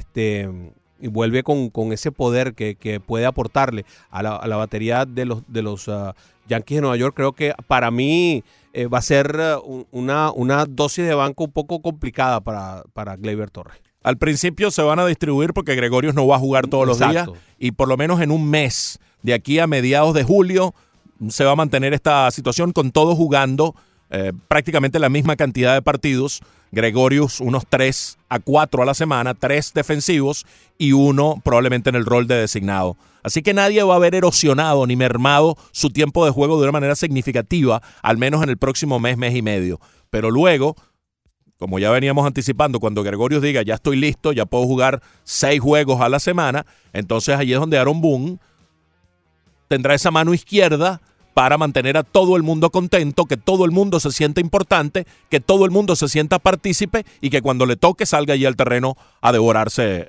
y vuelve con ese poder que puede aportarle a la batería de los Yankees de Nueva York. Creo que para mí va a ser una dosis de banco un poco complicada para Gleyber Torres. Al principio se van a distribuir porque Gregorius no va a jugar todos los días y por lo menos en un mes, de aquí a mediados de julio, se va a mantener esta situación con todos jugando prácticamente la misma cantidad de partidos. Gregorius unos 3 a 4 a la semana, 3 defensivos y 1 probablemente en el rol de designado. Así que nadie va a haber erosionado ni mermado su tiempo de juego de una manera significativa, al menos en el próximo mes y medio. Pero luego, como ya veníamos anticipando, cuando Gregorius diga ya estoy listo, ya puedo jugar 6 juegos a la semana, entonces allí es donde Aaron Boone tendrá esa mano izquierda para mantener a todo el mundo contento, que todo el mundo se sienta importante, que todo el mundo se sienta partícipe y que cuando le toque salga allí al terreno a devorarse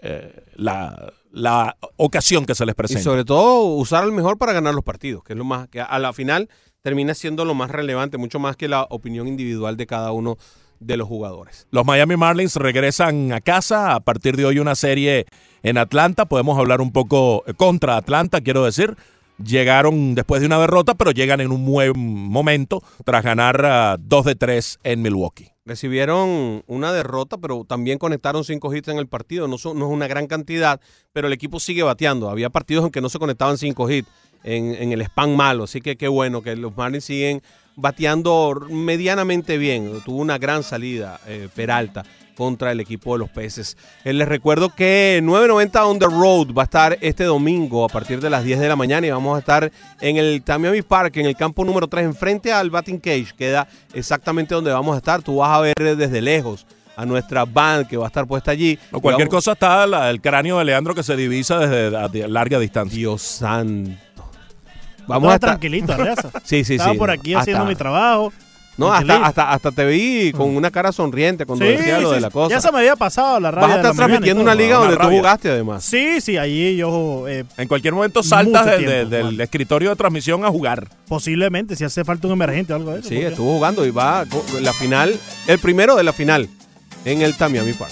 la ocasión que se les presenta. Y sobre todo usar el mejor para ganar los partidos, que es lo más, que a la final termina siendo lo más relevante, mucho más que la opinión individual de cada uno de los jugadores. Los Miami Marlins regresan a casa a partir de hoy, una serie en Atlanta. Podemos hablar un poco contra Atlanta, quiero decir. Llegaron después de una derrota, pero llegan en un buen momento tras ganar 2-3 en Milwaukee. Recibieron una derrota, pero también conectaron 5 hits en el partido. No es una gran cantidad, pero el equipo sigue bateando. Había partidos en que no se conectaban 5 hits en el spam malo, así que qué bueno que los Marlins siguen bateando medianamente bien. Tuvo una gran salida Peralta contra el equipo de los Peces. Les recuerdo que 990 On The Road va a estar este domingo a partir de las 10 de la mañana y vamos a estar en el Miami Park, en el campo número 3, enfrente al batting cage. Queda exactamente donde vamos a estar. Tú vas a ver desde lejos a nuestra band que va a estar puesta allí. O cualquier cosa está el cráneo de Leandro que se divisa desde larga distancia. Dios santo. Vamos a estar tranquilito, Arreaza. Sí. Estaba por aquí haciendo mi trabajo. No, hasta te vi con una cara sonriente cuando decía lo de la cosa. Ya se me había pasado la radio. Vas a estar transmitiendo una liga donde tú jugaste, además. Sí, allí yo... en cualquier momento saltas del escritorio de transmisión a jugar. Posiblemente, si hace falta un emergente o algo de eso. Sí, estuvo jugando y va la final, el primero de la final, en el Miami Park.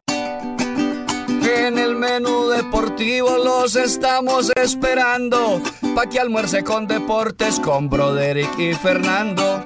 En el menú deportivo los estamos esperando, pa' que almuerce con deportes con Broderick y Fernando.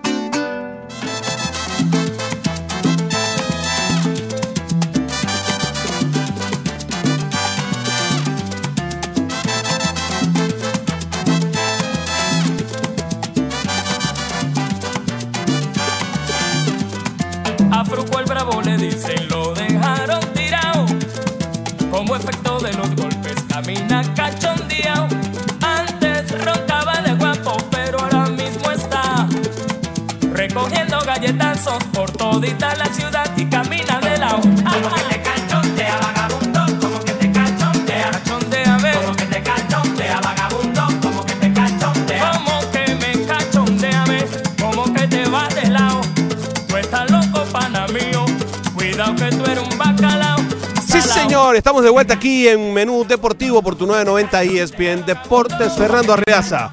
A Fruco el Bravo le dicen lo dejaron tirado, como efecto de los golpes camina cachondeado. Antes roncaba de guapo, pero ahora mismo está recogiendo gallinas galletazos por todita la ciudad y camina de lado. Como que te cachondea, vagabundo, como que te cachondea. Cachondea, ve. Como que te cachondea, vagabundo, como que te cachondea. Como que me cachondea, ve. Como que te vas de lado. Tú estás loco, pana mío. Cuidado que tú eres un bacalao. Sí, señor, estamos de vuelta aquí en Menú Deportivo por tu 990 ESPN Deportes. Fernando Arriaza,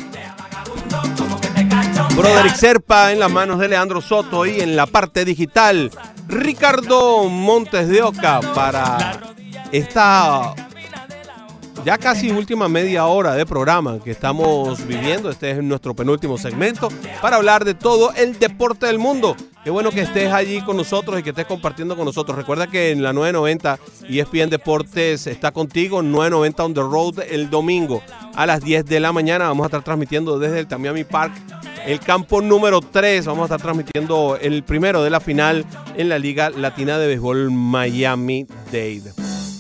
Broderick Serpa en las manos de Leandro Soto y en la parte digital Ricardo Montes de Oca para esta ya casi última media hora de programa que estamos viviendo. Este es nuestro penúltimo segmento para hablar de todo el deporte del mundo. Qué bueno que estés allí con nosotros y que estés compartiendo con nosotros. Recuerda que en la 990 ESPN Deportes está contigo, 990 On The Road el domingo a las 10 de la mañana. Vamos a estar transmitiendo desde el Tamiami Park, el campo número 3. Vamos a estar transmitiendo el primero de la final en la Liga Latina de Béisbol Miami-Dade.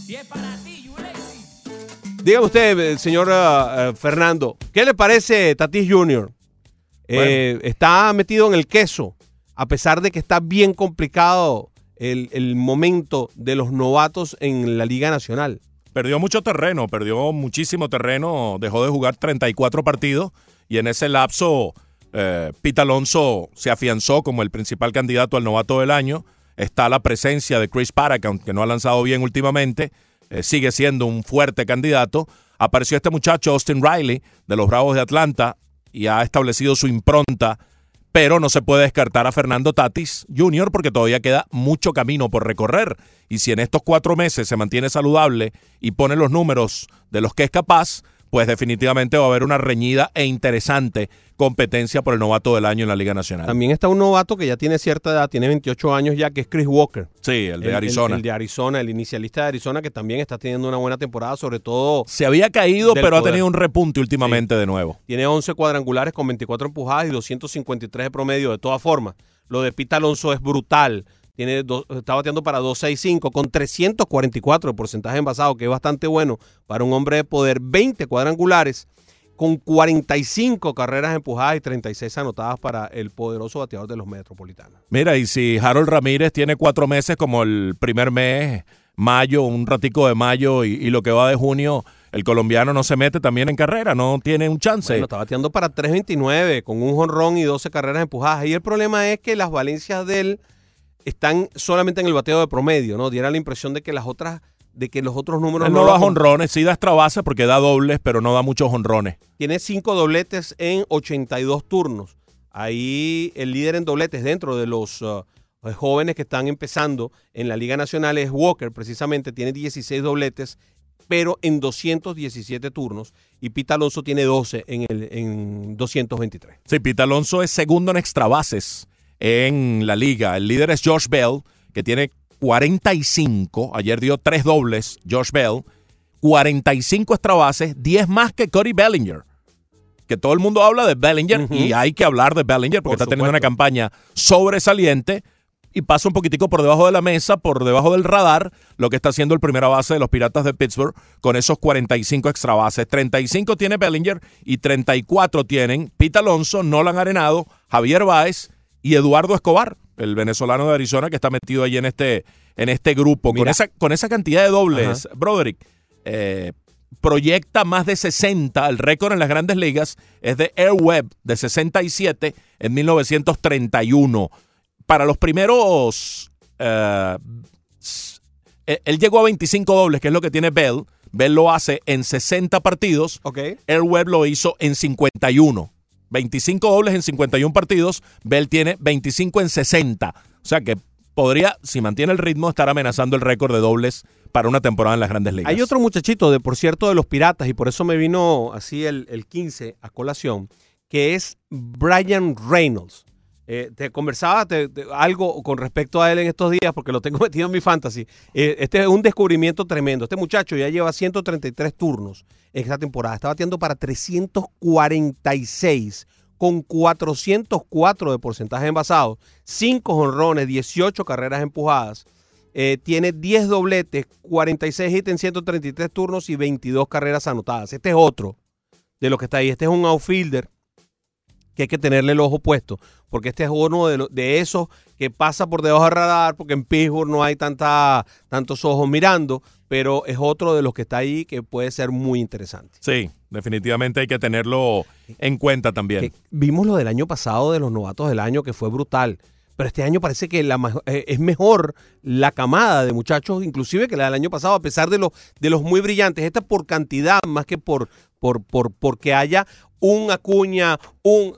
Dígame usted, señor Fernando, ¿qué le parece Tatis Jr.? Bueno. Está metido en el queso, a pesar de que está bien complicado el momento de los novatos en la Liga Nacional. Perdió mucho terreno, perdió muchísimo terreno, dejó de jugar 34 partidos y en ese lapso Pete Alonso se afianzó como el principal candidato al novato del año. Está la presencia de Chris Paddack, aunque no ha lanzado bien últimamente. Sigue siendo un fuerte candidato. Apareció este muchacho Austin Riley de los Bravos de Atlanta y ha establecido su impronta, pero no se puede descartar a Fernando Tatis Jr. porque todavía queda mucho camino por recorrer. Y si en estos 4 meses se mantiene saludable y pone los números de los que es capaz, pues definitivamente va a haber una reñida e interesante competencia por el novato del año en la Liga Nacional. También está un novato que ya tiene cierta edad, tiene 28 años ya, que es Chris Walker. Sí, el de Arizona. El de Arizona, el inicialista de Arizona, que también está teniendo una buena temporada, sobre todo... Se había caído, pero ha tenido un repunte últimamente de nuevo. Tiene 11 cuadrangulares con 24 empujadas y 253 de promedio. De todas formas, lo de Pete Alonso es brutal. Está bateando para 2.65 con 344 de porcentaje envasado, que es bastante bueno para un hombre de poder. 20 cuadrangulares con 45 carreras empujadas y 36 anotadas para el poderoso bateador de los Metropolitanos. Mira, y si Harold Ramírez tiene 4 meses como el primer mes, mayo, un ratico de mayo y lo que va de junio, el colombiano no se mete también en carrera, no tiene un chance. Bueno, está bateando para 3.29 con un jonrón y 12 carreras empujadas. Y el problema es que las valencias de él están solamente en el bateo de promedio, ¿no? Diera la impresión de que los otros números... Él no da jonrones, sí da extra base porque da dobles, pero no da muchos jonrones. Tiene 5 dobletes en 82 turnos. Ahí el líder en dobletes dentro de los jóvenes que están empezando en la Liga Nacional es Walker, precisamente, tiene 16 dobletes, pero en 217 turnos. Y Pete Alonso tiene 12 en 223. Sí, Pete Alonso es segundo en extra bases en la liga. El líder es Josh Bell, que tiene 45. Ayer dio 3 dobles, Josh Bell. 45 extra bases, 10 más que Cody Bellinger. Que todo el mundo habla de Bellinger y hay que hablar de Bellinger porque está teniendo una campaña sobresaliente y pasa un poquitico por debajo de la mesa, por debajo del radar, lo que está haciendo el primera base de los Piratas de Pittsburgh con esos 45 extra bases. 35 tiene Bellinger y 34 tienen Pete Alonso, Nolan Arenado, Javier Báez y Eduardo Escobar, el venezolano de Arizona que está metido ahí en este grupo. Con esa cantidad de dobles, Broderick, proyecta más de 60. El récord en las grandes ligas es de Earl Webb, de 67 en 1931. Para los primeros... él llegó a 25 dobles, que es lo que tiene Bell. Bell lo hace en 60 partidos. Earl Webb lo hizo en 51. 25 dobles en 51 partidos, Bell tiene 25 en 60. O sea que podría, si mantiene el ritmo, estar amenazando el récord de dobles para una temporada en las Grandes Ligas. Hay otro muchachito, por cierto, de los Piratas, y por eso me vino así el 15 a colación, que es Brian Reynolds. Te conversaba algo con respecto a él en estos días porque lo tengo metido en mi fantasy. Este es un descubrimiento tremendo. Este muchacho ya lleva 133 turnos en esta temporada. Está bateando para 346 con 404 de porcentaje envasado, 5 jonrones, 18 carreras empujadas. Tiene 10 dobletes, 46 hits en 133 turnos y 22 carreras anotadas. Este es otro de los que está ahí. Este es un outfielder que hay que tenerle el ojo puesto, porque este es uno de esos que pasa por debajo del radar, porque en Pittsburgh no hay tantos ojos mirando, pero es otro de los que está ahí que puede ser muy interesante. Sí, definitivamente hay que tenerlo en cuenta también. Vimos lo del año pasado de los novatos del año, que fue brutal. Pero este año parece que es mejor la camada de muchachos, inclusive que la del año pasado, a pesar de los muy brillantes. Esta por cantidad, más que porque haya un Acuña, un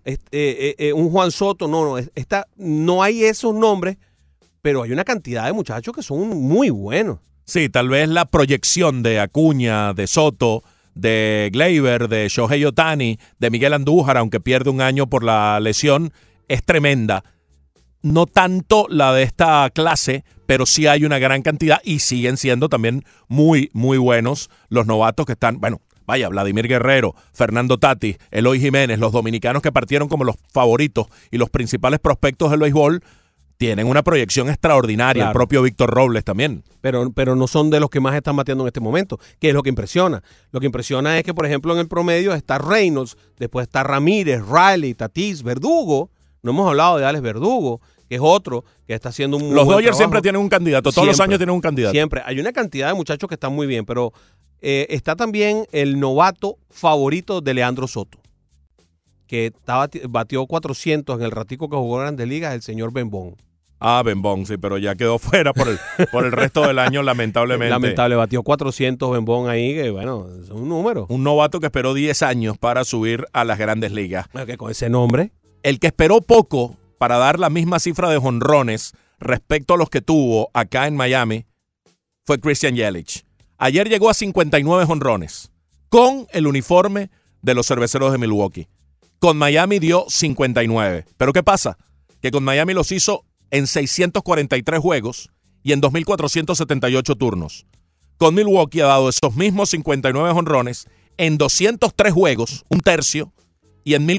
Juan Soto. No hay esos nombres, pero hay una cantidad de muchachos que son muy buenos. Sí, tal vez la proyección de Acuña, de Soto, de Gleyber, de Shohei Ohtani, de Miguel Andújar, aunque pierde un año por la lesión, es tremenda. No tanto la de esta clase, pero sí hay una gran cantidad y siguen siendo también muy, muy buenos los novatos que están, Vladimir Guerrero, Fernando Tatis, Eloy Jiménez, los dominicanos que partieron como los favoritos y los principales prospectos del béisbol, tienen una proyección extraordinaria, claro. El propio Víctor Robles también. Pero no son de los que más están bateando en este momento, que es lo que impresiona. Lo que impresiona es que, por ejemplo, en el promedio está Reynolds, después está Ramírez, Riley, Tatis, Verdugo. No hemos hablado de Alex Verdugo, que es otro que está haciendo un muy Los buen Dodgers trabajo. Siempre tienen un candidato, todos los años tienen un candidato. Siempre. Hay una cantidad de muchachos que están muy bien, pero está también el novato favorito de Leandro Soto, que batió 400 en el ratico que jugó en Grandes Ligas, el señor Benbón. Benbón, sí, pero ya quedó fuera por el resto del año, lamentablemente. Lamentable, batió 400 Benbón ahí, que bueno, es un número. Un novato que esperó 10 años para subir a las Grandes Ligas. Que con ese nombre. El que esperó poco para dar la misma cifra de jonrones respecto a los que tuvo acá en Miami fue Christian Yelich. Ayer llegó a 59 jonrones con el uniforme de los Cerveceros de Milwaukee. Con Miami dio 59. ¿Pero qué pasa? Que con Miami los hizo en 643 juegos y en 2.478 turnos. Con Milwaukee ha dado esos mismos 59 jonrones en 203 juegos, un tercio, y en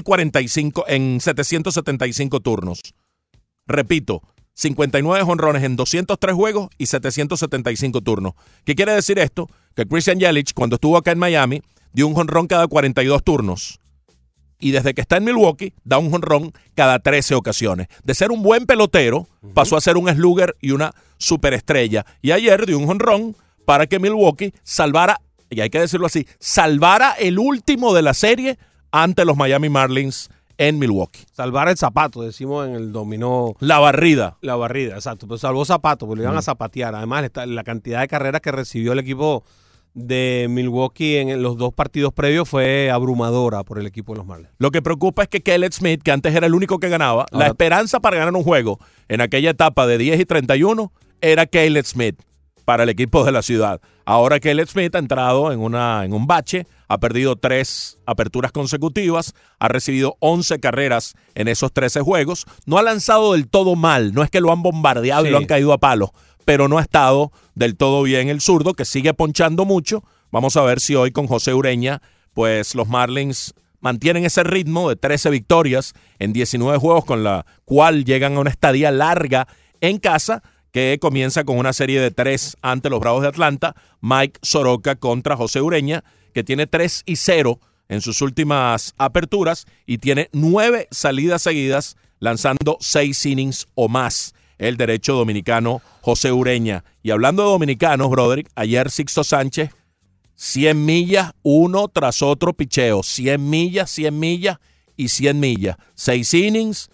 775 turnos. Repito, 59 jonrones en 203 juegos y 775 turnos. ¿Qué quiere decir esto? Que Christian Yelich, cuando estuvo acá en Miami, dio un jonrón cada 42 turnos. Y desde que está en Milwaukee, da un jonrón cada 13 ocasiones. De ser un buen pelotero, pasó a ser un slugger y una superestrella. Y ayer dio un jonrón para que Milwaukee salvara, y hay que decirlo así, salvara el último de la serie ante los Miami Marlins en Milwaukee. Salvar el zapato, decimos en el dominó. La barrida. La barrida, exacto. Pues salvó zapato, porque le iban a zapatear. Además, la cantidad de carreras que recibió el equipo de Milwaukee en los dos partidos previos fue abrumadora por el equipo de los Marlins. Lo que preocupa es que Kelly Smith, que antes era el único que ganaba, la esperanza para ganar un juego en aquella etapa de 10 y 31 era Kelly Smith para el equipo de la ciudad. Ahora Kelly Smith ha entrado en un bache, ha perdido 3 aperturas consecutivas, ha recibido 11 carreras en esos 13 juegos, no ha lanzado del todo mal, no es que lo han bombardeado y lo han caído a palos, pero no ha estado del todo bien el zurdo, que sigue ponchando mucho. Vamos a ver si hoy con José Ureña, pues los Marlins mantienen ese ritmo de 13 victorias en 19 juegos, con la cual llegan a una estadía larga en casa, que comienza con una serie de 3 ante los Bravos de Atlanta. Mike Soroka contra José Ureña, que tiene 3-0 en sus últimas aperturas y tiene 9 salidas seguidas, lanzando 6 innings o más. El derecho dominicano José Ureña. Y hablando de dominicanos, Broderick, ayer Sixto Sánchez, 100 millas, uno tras otro picheo. 100 millas, 100 millas y 100 millas. 6 innings.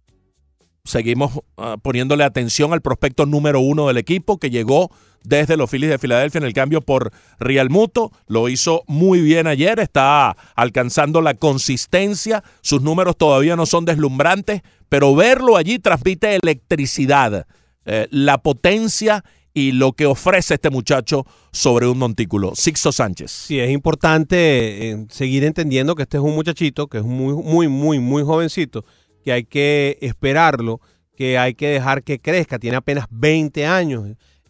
Seguimos poniéndole atención al prospecto número 1 del equipo, que llegó desde los Phillies de Filadelfia en el cambio por Realmuto. Lo hizo muy bien ayer, está alcanzando la consistencia. Sus números todavía no son deslumbrantes, pero verlo allí transmite electricidad, la potencia y lo que ofrece este muchacho sobre un montículo. Sixto Sánchez. Sí, es importante seguir entendiendo que este es un muchachito que es muy jovencito, que hay que esperarlo, que hay que dejar que crezca. Tiene apenas 20 años.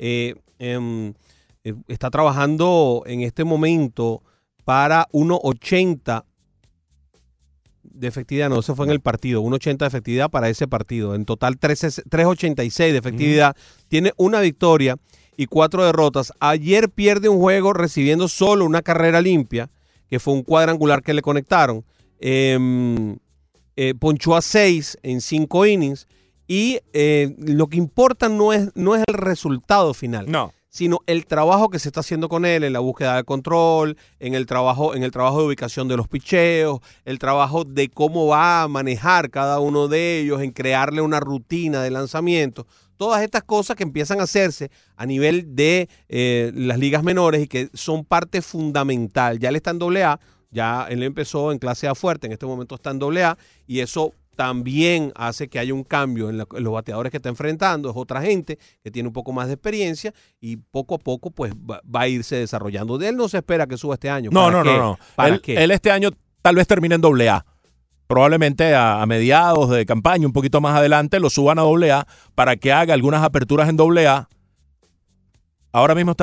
Está trabajando en este momento para 1.80 de efectividad. No, se fue en el partido. 1.80 de efectividad para ese partido. En total 3.86 de efectividad. Tiene una victoria y 4 derrotas. Ayer pierde un juego recibiendo solo una carrera limpia, que fue un cuadrangular que le conectaron. ponchó a 6 en 5 innings y lo que importa no es el resultado final. No. Sino el trabajo que se está haciendo con él en la búsqueda de control, en el trabajo de ubicación de los picheos, el trabajo de cómo va a manejar cada uno de ellos, en crearle una rutina de lanzamiento. Todas estas cosas que empiezan a hacerse a nivel de las ligas menores y que son parte fundamental. Ya él está en AA, ya él empezó en clase A fuerte, en este momento está en AA y eso también hace que haya un cambio en los bateadores que está enfrentando. Es otra gente que tiene un poco más de experiencia y poco a poco pues va a irse desarrollando. De él no se espera que suba este año. No. Él este año tal vez termine en AA. Probablemente a mediados de campaña, un poquito más adelante, lo suban a AA para que haga algunas aperturas en AA. Ahora mismo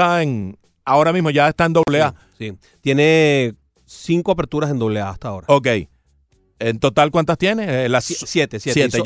ya está en AA. Sí. Tiene 5 aperturas en AA hasta ahora. Ok. ¿En total cuántas tiene? 7. Hizo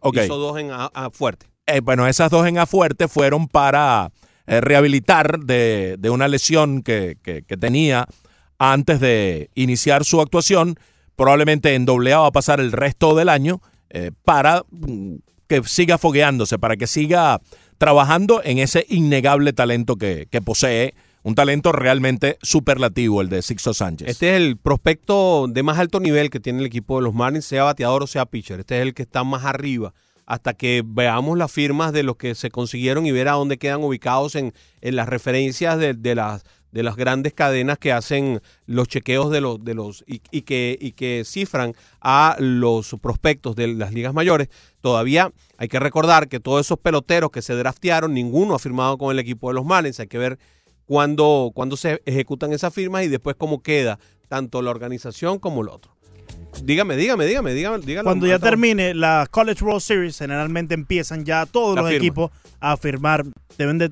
2 en A fuerte. Bueno, esas 2 en A fuerte fueron para rehabilitar de una lesión que tenía antes de iniciar su actuación. Probablemente en AA va a pasar el resto del año para que siga fogueándose, para que siga trabajando en ese innegable talento que posee. Un talento realmente superlativo, el de Sixto Sánchez. Este es el prospecto de más alto nivel que tiene el equipo de los Marlins, sea bateador o sea pitcher. Este es el que está más arriba, hasta que veamos las firmas de los que se consiguieron y ver a dónde quedan ubicados en las referencias de las grandes cadenas que hacen los chequeos de los y que cifran a los prospectos de las ligas mayores. Todavía hay que recordar que todos esos peloteros que se draftearon, ninguno ha firmado con el equipo de los Marlins. Hay que ver cuando se ejecutan esas firmas y después cómo queda tanto la organización como el otro. Dígame. Cuando ya termine la College World Series, generalmente empiezan ya todos los equipos a firmar. Deben de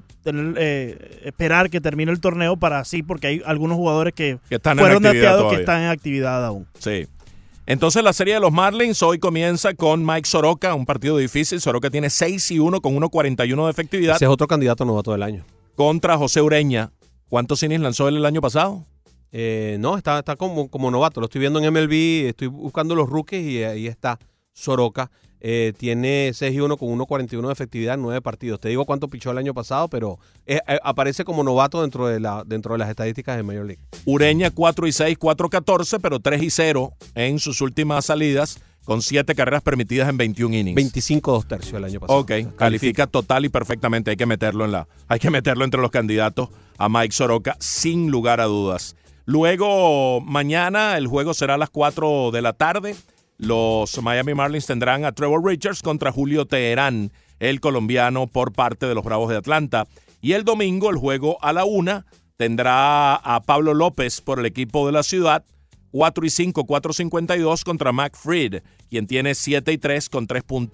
esperar que termine el torneo para así, porque hay algunos jugadores que fueron drafteados que están en actividad aún. Sí. Entonces la serie de los Marlins hoy comienza con Mike Soroka, un partido difícil. Soroka tiene 6-1 con 1.41 de efectividad. Ese es otro candidato novato del año. Contra José Ureña. ¿Cuántos innings lanzó él el año pasado? No, está como novato. Lo estoy viendo en MLB, estoy buscando los rookies y ahí está Soroka. Tiene 6-1 con 1.41 de efectividad en 9 partidos. Te digo cuánto pichó el año pasado, pero aparece como novato dentro de las estadísticas de Major League. Ureña 4-6, 4-14, pero 3-0 en sus últimas salidas, con 7 carreras permitidas en 21 innings. 25 2/3 el año pasado. Ok, califica total y perfectamente. Hay que meterlo entre los candidatos a Mike Soroka, sin lugar a dudas. Luego, mañana el juego será a las 4 de la tarde. Los Miami Marlins tendrán a Trevor Richards contra Julio Teherán, el colombiano, por parte de los Bravos de Atlanta. Y el domingo, el juego a la 1, tendrá a Pablo López por el equipo de la ciudad, 4-5, 4.52 contra Mac Fried, quien tiene 7-3 con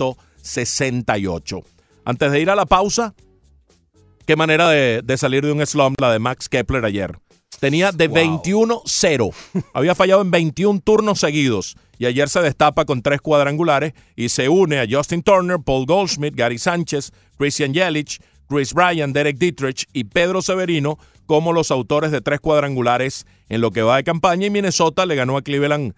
3.68. Antes de ir a la pausa, qué manera de salir de un slump la de Max Kepler ayer. Tenía de 21-0. Había fallado en 21 turnos seguidos. Y ayer se destapa con 3 cuadrangulares y se une a Justin Turner, Paul Goldschmidt, Gary Sánchez, Christian Yelich, Chris Bryan, Derek Dietrich y Pedro Severino como los autores de 3 cuadrangulares en lo que va de campaña. Y Minnesota le ganó a Cleveland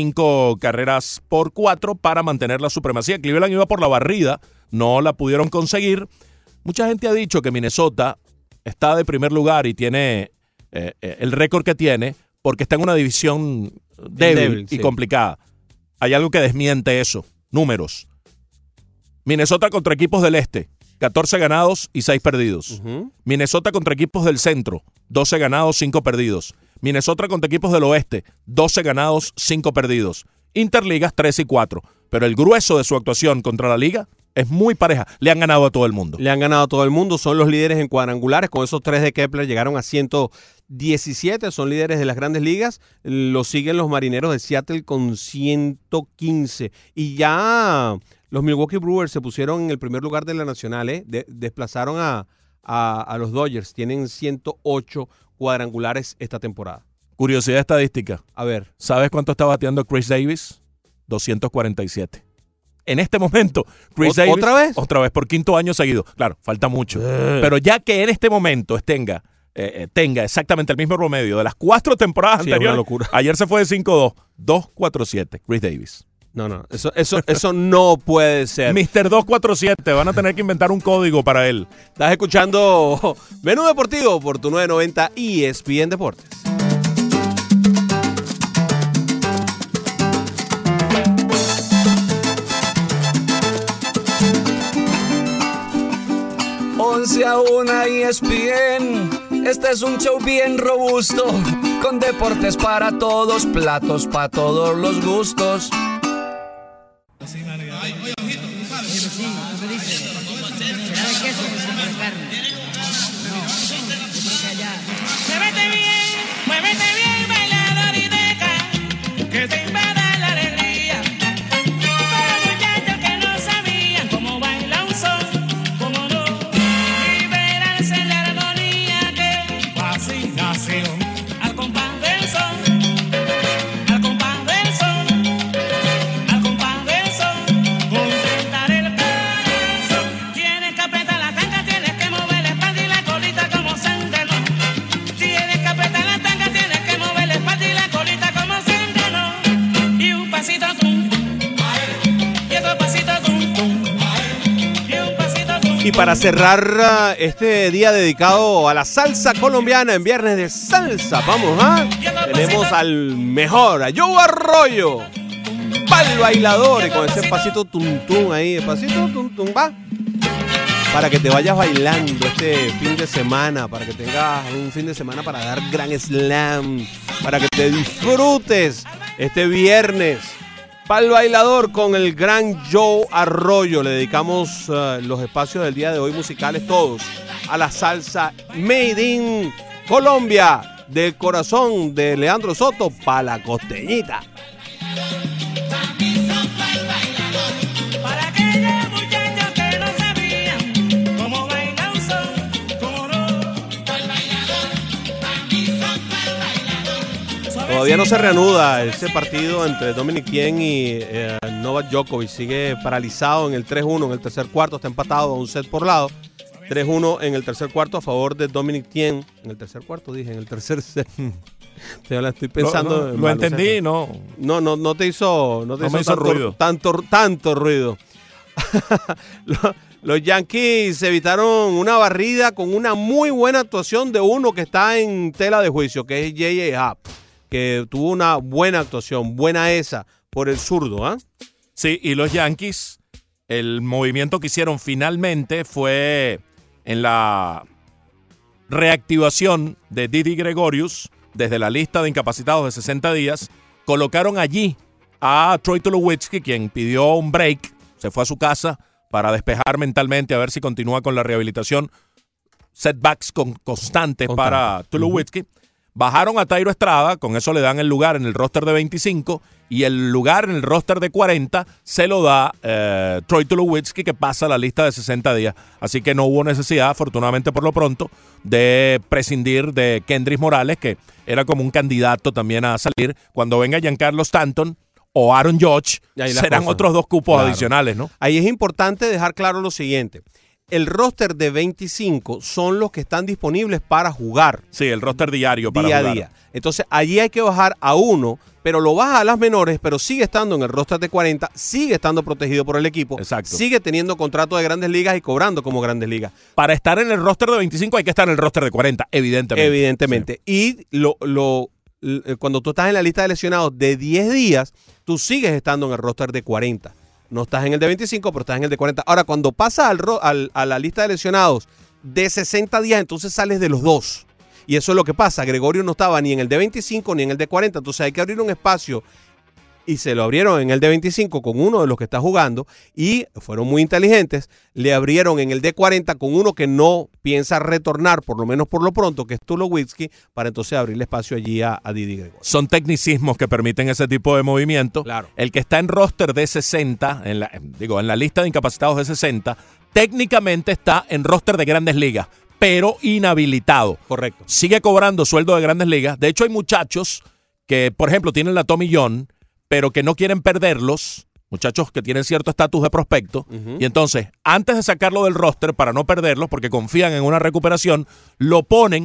5-4 para mantener la supremacía. Cleveland iba por la barrida, no la pudieron conseguir. Mucha gente ha dicho que Minnesota está de primer lugar y tiene el récord que tiene porque está en una división débil y complicada. Hay algo que desmiente eso. Números. Minnesota contra equipos del este, 14 ganados y 6 perdidos. Minnesota contra equipos del centro, 12 ganados, 5 perdidos. Minnesota contra equipos del oeste, 12 ganados, 5 perdidos. Interligas, 3-4. Pero el grueso de su actuación contra la liga es muy pareja. Le han ganado a todo el mundo. Son los líderes en cuadrangulares. Con esos 3 de Kepler llegaron a 117. Son líderes de las grandes ligas. Los siguen los Marineros de Seattle con 115. Y ya los Milwaukee Brewers se pusieron en el primer lugar de la Nacional. Desplazaron a los Dodgers. Tienen 108 cuadrangulares esta temporada. Curiosidad estadística. A ver. ¿Sabes cuánto está bateando Chris Davis? 247. En este momento, Chris Davis... ¿Otra vez? Otra vez, por 5º año seguido. Claro, falta mucho. Pero ya que en este momento tenga exactamente el mismo promedio de las 4 temporadas anteriores, es una locura. Ayer se fue de 5-2, 2-4-7, Chris Davis. No, eso no puede ser. Mr. 247, van a tener que inventar un código para él. Estás escuchando Menú Deportivo por tu 990 ESPN Deportes. Once a 1 ESPN. Este es un show bien robusto, con deportes para todos, platos para todos los gustos. Muévete bien, bailador y deja que te invada la alegría. Para muchachos que no sabían cómo baila un son, cómo no, liberarse en la armonía que fascinación. Al compás del son, al compás del son, al compás del son, contentar el corazón. Tienes que apretar la tanga, tienes que mover la espalda y la colita como zángano. Tienes que apretar la tanga, tienes que mover la espalda y la colita como zángano. Y un pasito tum, y otro pasito tum, y un pasito tum. Y para cerrar este día dedicado a la salsa colombiana en Viernes de Salsa, vamos, tenemos al mejor, a Joe Arroyo, pa'l bailador, y con ese pasito tum tum ahí, el pasito tum tum, va. Para que te vayas bailando este fin de semana, para que tengas un fin de semana para dar gran slam, para que te disfrutes este viernes. Pa'l bailador con el gran Joe Arroyo. Le dedicamos los espacios del día de hoy musicales todos a la salsa Made in Colombia, del corazón de Leandro Soto pa' la costeñita. Para aquellos muchachos que no sabían cómo baila un son, cómo no, pa'l bailador, pa' mi son, pa'l bailador. Todavía no se reanuda ese partido entre Dominic Thiem y Novak Djokovic. Sigue paralizado en el 3-1 en el tercer cuarto. Está empatado a un set por lado. 3-1 en el tercer cuarto a favor de Dominic Thiem. En el tercer cuarto dije, en el tercer set. Estoy pensando. Lo entendí, no. No te hizo tanto ruido. Tanto ruido. Los Yankees evitaron una barrida con una muy buena actuación de uno que está en tela de juicio, que es J.J. Happ, que tuvo una buena actuación, buena esa, por el zurdo, Sí, y los Yankees, el movimiento que hicieron finalmente fue en la reactivación de Didi Gregorius desde la lista de incapacitados de 60 días. Colocaron allí a Troy Tulowitzki, quien pidió un break, se fue a su casa para despejar mentalmente, a ver si continúa con la rehabilitación. Setbacks constantes para Tulowitzki. Bajaron a Thairo Estrada, con eso le dan el lugar en el roster de 25 y el lugar en el roster de 40 se lo da Troy Tulowitzki, que pasa a la lista de 60 días. Así que no hubo necesidad, afortunadamente por lo pronto, de prescindir de Kendrys Morales, que era como un candidato también a salir. Cuando venga Giancarlo Stanton o Aaron Judge, serán otros dos cupos adicionales, ¿no? Ahí es importante dejar claro lo siguiente. El roster de 25 son los que están disponibles para jugar. Sí, el roster diario para día jugar. a día. Entonces, allí hay que bajar a uno, pero lo baja a las menores, pero sigue estando en el roster de 40, sigue estando protegido por el equipo. Exacto. Sigue teniendo contrato de Grandes Ligas y cobrando como Grandes Ligas. Para estar en el roster de 25 hay que estar en el roster de 40, evidentemente. Evidentemente. Sí. Y cuando tú estás en la lista de lesionados de 10 días, tú sigues estando en el roster de 40. No estás en el de 25, pero estás en el de 40. Ahora, cuando pasas a la lista de lesionados de 60 días, entonces sales de los dos. Y eso es lo que pasa. Gregorio no estaba ni en el de 25 ni en el de 40. Entonces hay que abrir un espacio. Y se lo abrieron en el de 25 con uno de los que está jugando. Y fueron muy inteligentes. Le abrieron en el de 40 con uno que no piensa retornar, por lo menos por lo pronto, que es Tulowitzki, para entonces abrirle espacio allí a Didi Gregorio. Son tecnicismos que permiten ese tipo de movimiento. Claro. El que está en roster de 60, en la lista de incapacitados de 60, técnicamente está en roster de Grandes Ligas, pero inhabilitado. Correcto. Sigue cobrando sueldo de Grandes Ligas. De hecho, hay muchachos que, por ejemplo, tienen la Tommy John, pero que no quieren perderlos, muchachos que tienen cierto estatus de prospecto, y entonces, antes de sacarlo del roster para no perderlos, porque confían en una recuperación, lo ponen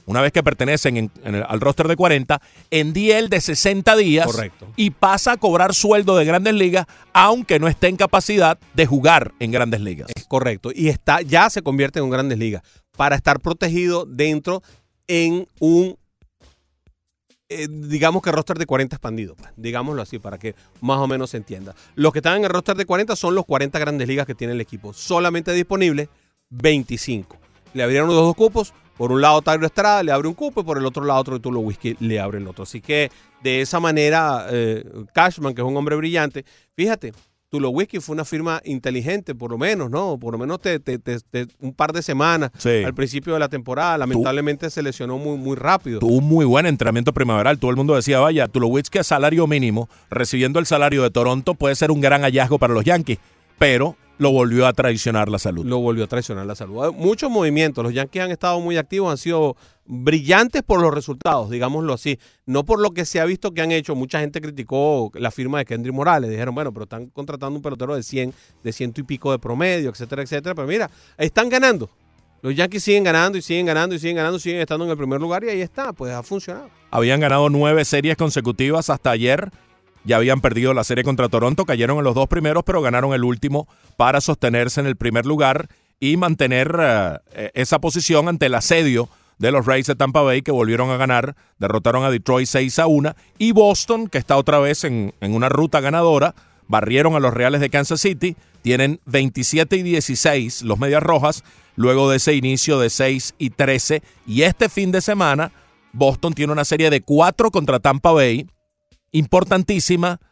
una vez que pertenecen al roster de 40, en DL de 60 días. Correcto. Y pasa a cobrar sueldo de Grandes Ligas, aunque no esté en capacidad de jugar en Grandes Ligas. Es correcto. Y ya se convierte en Grandes Ligas para estar protegido dentro en un, digamos que roster de 40 expandido. Digámoslo así para que más o menos se entienda. Los que están en el roster de 40 son los 40 Grandes Ligas que tiene el equipo. Solamente disponible 25. Le abrieron los 2 cupos. Por un lado, Tyler Estrada le abre un cupo y por el otro lado, otro de Tulowitzki le abre el otro. Así que de esa manera, Cashman, que es un hombre brillante, fíjate, Tulowitzki fue una firma inteligente, por lo menos, ¿no? Por lo menos un par de semanas al principio de la temporada. Lamentablemente se lesionó muy rápido. Tuvo un muy buen entrenamiento primaveral. Todo el mundo decía, vaya, Tulowitzki a salario mínimo, recibiendo el salario de Toronto, puede ser un gran hallazgo para los Yankees, pero lo volvió a traicionar la salud. Muchos movimientos. Los Yankees han estado muy activos, han sido brillantes por los resultados, digámoslo así. No por lo que se ha visto que han hecho. Mucha gente criticó la firma de Kendry Morales. Dijeron, bueno, pero están contratando un pelotero de 100 y pico de promedio, etcétera, etcétera. Pero mira, están ganando. Los Yankees siguen ganando y siguen ganando y siguen ganando, siguen estando en el primer lugar y ahí está, pues ha funcionado. Habían ganado 9 series consecutivas hasta ayer. Ya habían perdido la serie contra Toronto, cayeron en los 2 primeros, pero ganaron el último para sostenerse en el primer lugar y mantener esa posición ante el asedio de los Rays de Tampa Bay, que volvieron a ganar, derrotaron a Detroit 6-1, y Boston, que está otra vez en una ruta ganadora, barrieron a los Reales de Kansas City, tienen 27-16 los Medias Rojas, luego de ese inicio de 6-13, y este fin de semana Boston tiene una serie de 4 contra Tampa Bay, importantísima.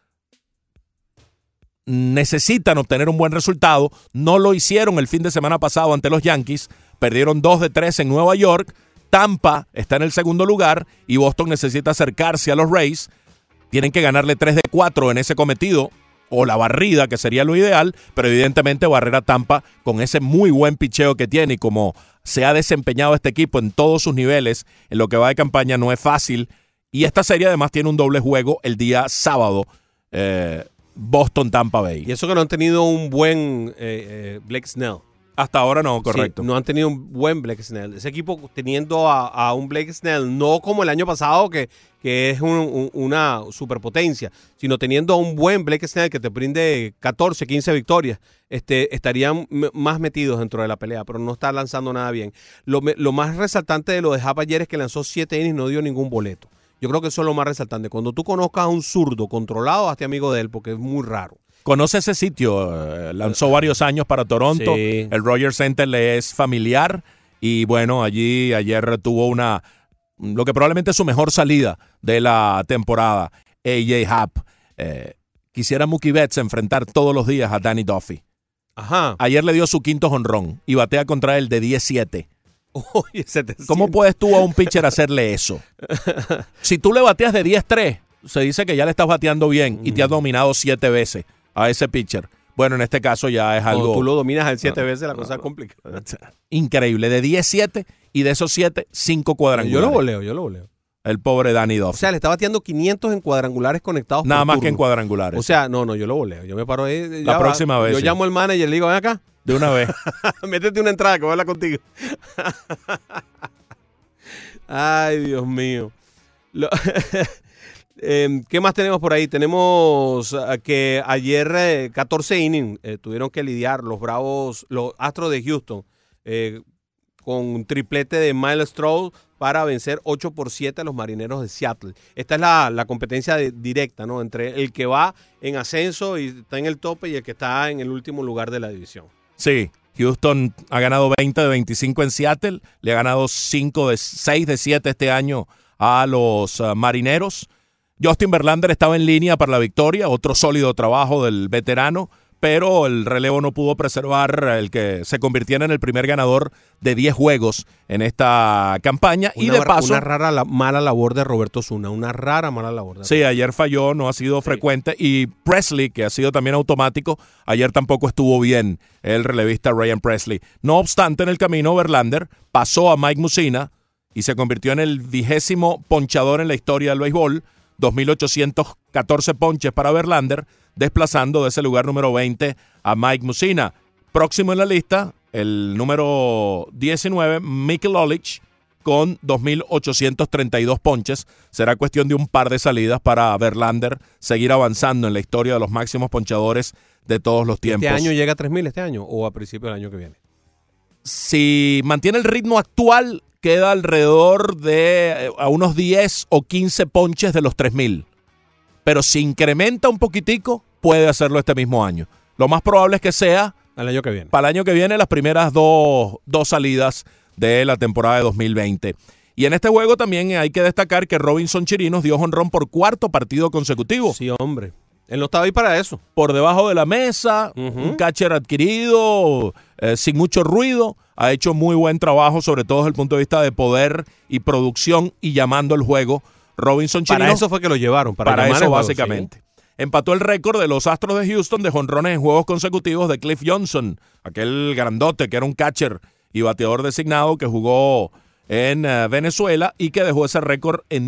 Necesitan obtener un buen resultado. No lo hicieron el fin de semana pasado ante los Yankees. Perdieron 2-3 en Nueva York. Tampa está en el segundo lugar y Boston necesita acercarse a los Rays. Tienen que ganarle 3-4 en ese cometido, o la barrida, que sería lo ideal, pero evidentemente barrer a Tampa con ese muy buen picheo que tiene y como se ha desempeñado este equipo en todos sus niveles en lo que va de campaña, no es fácil. Y esta serie además tiene un doble juego el día sábado, Boston-Tampa Bay. Y eso que no han tenido un buen Blake Snell. Hasta ahora no, correcto. Sí, no han tenido un buen Blake Snell. Ese equipo teniendo a un Blake Snell, no como el año pasado que es una superpotencia, sino teniendo a un buen Blake Snell que te brinde 14, 15 victorias, estarían más metidos dentro de la pelea, pero no está lanzando nada bien. Lo más resaltante de lo de Happ ayer es que lanzó 7 innings y no dio ningún boleto. Yo creo que eso es lo más resaltante. Cuando tú conozcas a un zurdo controlado, hazte amigo de él, porque es muy raro. Conoce ese sitio, lanzó varios años para Toronto, sí. El Rogers Center le es familiar y bueno, allí ayer tuvo lo que probablemente es su mejor salida de la temporada, A.J. Happ. Quisiera Mookie Betts enfrentar todos los días a Danny Duffy. Ajá. Ayer le dio su 5º jonrón y batea contra él de 10-7. Oye, ¿Cómo puedes tú a un pitcher hacerle eso? Si tú le bateas de 10-3, se dice que ya le estás bateando bien y te has dominado 7 veces a ese pitcher. Bueno, en este caso ya es algo... Cuando tú lo dominas al 7 veces, la cosa es complicada. Increíble. De 10-7 y de esos 7, 5 cuadrangulares. Yo lo voleo. El pobre Danny Duffy. O sea, le está bateando 500 en cuadrangulares conectados. Nada más turno. que en cuadrangulares. O sea, no, yo lo voleo. Yo me paro ahí. La próxima vez. Yo llamo al manager y le digo, ven acá. De una vez. Métete una entrada que voy a hablar contigo. Ay, Dios mío. ¿Qué más tenemos por ahí? Tenemos que ayer 14 innings tuvieron que lidiar los Astros de Houston con un triplete de Myles Straw para vencer 8-7 a los Marineros de Seattle. Esta es la competencia directa, ¿no? Entre el que va en ascenso y está en el tope y el que está en el último lugar de la división. Sí, Houston ha ganado 20 de 25 en Seattle, le ha ganado 6 de 7 este año a los Marineros. Justin Verlander estaba en línea para la victoria, otro sólido trabajo del veterano, pero el relevo no pudo preservar el que se convirtiera en el primer ganador de 10 juegos en esta campaña. Y de paso, una mala labor de Roberto Osuna, una rara mala labor. Sí, ayer falló, no ha sido frecuente. Y Presley, que ha sido también automático, ayer tampoco estuvo bien el relevista Ryan Presley. No obstante, en el camino, Verlander pasó a Mike Mussina y se convirtió en el 20º ponchador en la historia del béisbol, 2.814 ponches para Verlander, desplazando de ese lugar número 20 a Mike Mussina. Próximo en la lista, el número 19, Mickey Lolich, con 2.832 ponches. Será cuestión de un par de salidas para Verlander seguir avanzando en la historia de los máximos ponchadores de todos los tiempos. ¿Este año llega a 3.000 este año o a principio del año que viene? Si mantiene el ritmo actual, queda alrededor de a unos 10 o 15 ponches de los 3.000. Pero si incrementa un poquitico, puede hacerlo este mismo año. Lo más probable es que sea al año que viene. Para el año que viene, las primeras dos salidas de la temporada de 2020. Y en este juego también hay que destacar que Robinson Chirinos dio jonrón por cuarto partido consecutivo. Sí, hombre. Él no estaba ahí para eso. Por debajo de la mesa, un catcher adquirido, sin mucho ruido. Ha hecho muy buen trabajo, sobre todo desde el punto de vista de poder y producción y llamando el juego. Robinson Chirinos. Para eso fue que lo llevaron. Para eso, juego, básicamente. ¿Sí? Empató el récord de los Astros de Houston de jonrones en juegos consecutivos de Cliff Johnson, aquel grandote que era un catcher y bateador designado que jugó en Venezuela y que dejó ese récord en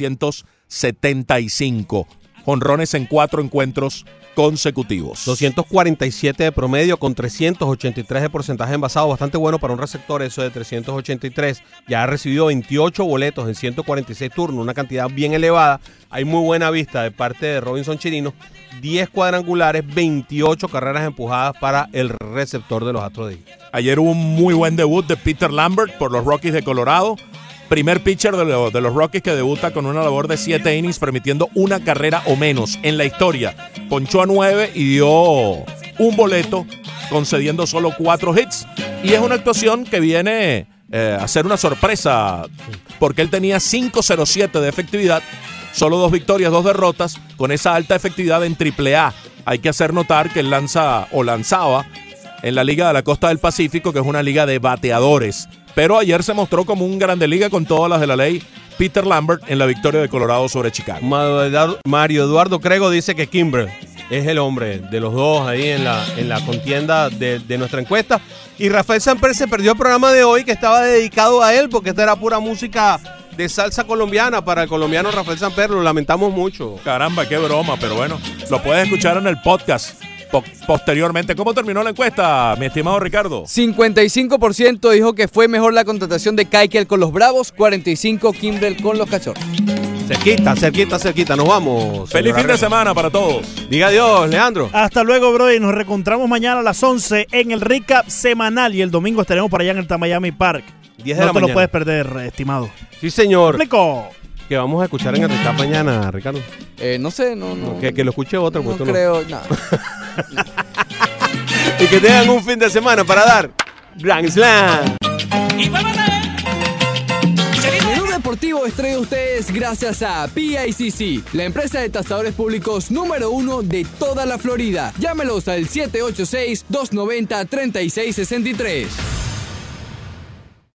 1975. Jonrones en 4 encuentros consecutivos. 247 de promedio con 383 de porcentaje envasado. Bastante bueno para un receptor eso de 383. Ya ha recibido 28 boletos en 146 turnos, una cantidad bien elevada. Hay muy buena vista de parte de Robinson Chirinos. 10 cuadrangulares, 28 carreras empujadas para el receptor de los Astros de Houston. Ayer hubo un muy buen debut de Peter Lambert por los Rockies de Colorado. Primer pitcher de los Rockies que debuta con una labor de 7 innings, permitiendo una carrera o menos en la historia. Ponchó a 9 y dio un boleto, concediendo solo 4 hits. Y es una actuación que viene a ser una sorpresa, porque él tenía 5.07 de efectividad, solo 2 victorias, 2 derrotas, con esa alta efectividad en AAA. Hay que hacer notar que él lanzaba en la Liga de la Costa del Pacífico, que es una liga de bateadores. Pero ayer se mostró como un grande liga con todas las de la ley Peter Lambert en la victoria de Colorado sobre Chicago. Mario Eduardo Crego dice que Kimbrel es el hombre de los dos ahí en la contienda de nuestra encuesta. Y Rafael Samper se perdió el programa de hoy que estaba dedicado a él, porque esta era pura música de salsa colombiana para el colombiano Rafael Samper. Lo lamentamos mucho. Caramba, qué broma, pero bueno, lo puedes escuchar en el podcast posteriormente. ¿Cómo terminó la encuesta, mi estimado Ricardo? 55% dijo que fue mejor la contratación de Keuchel con los Bravos, 45% Kimbrel con los Cachorros. Cerquita, nos vamos. Feliz fin de semana para todos. Diga adiós, Leandro. Hasta luego, bro, y nos reencontramos mañana a las 11 en el recap semanal y el domingo estaremos para allá en el Miami Park. 10 de la mañana. No te lo puedes perder, estimado. Sí, señor. ¡Explico! ¿Qué vamos a escuchar en el recap mañana, Ricardo? No sé, no. Que lo escuche otro. No creo, nada. Y que tengan un fin de semana para dar Grand Slam. Menú Deportivo es traído a ustedes gracias a PICC, la empresa de tasadores públicos número 1 de toda la Florida. Llámelos al 786-290-3663.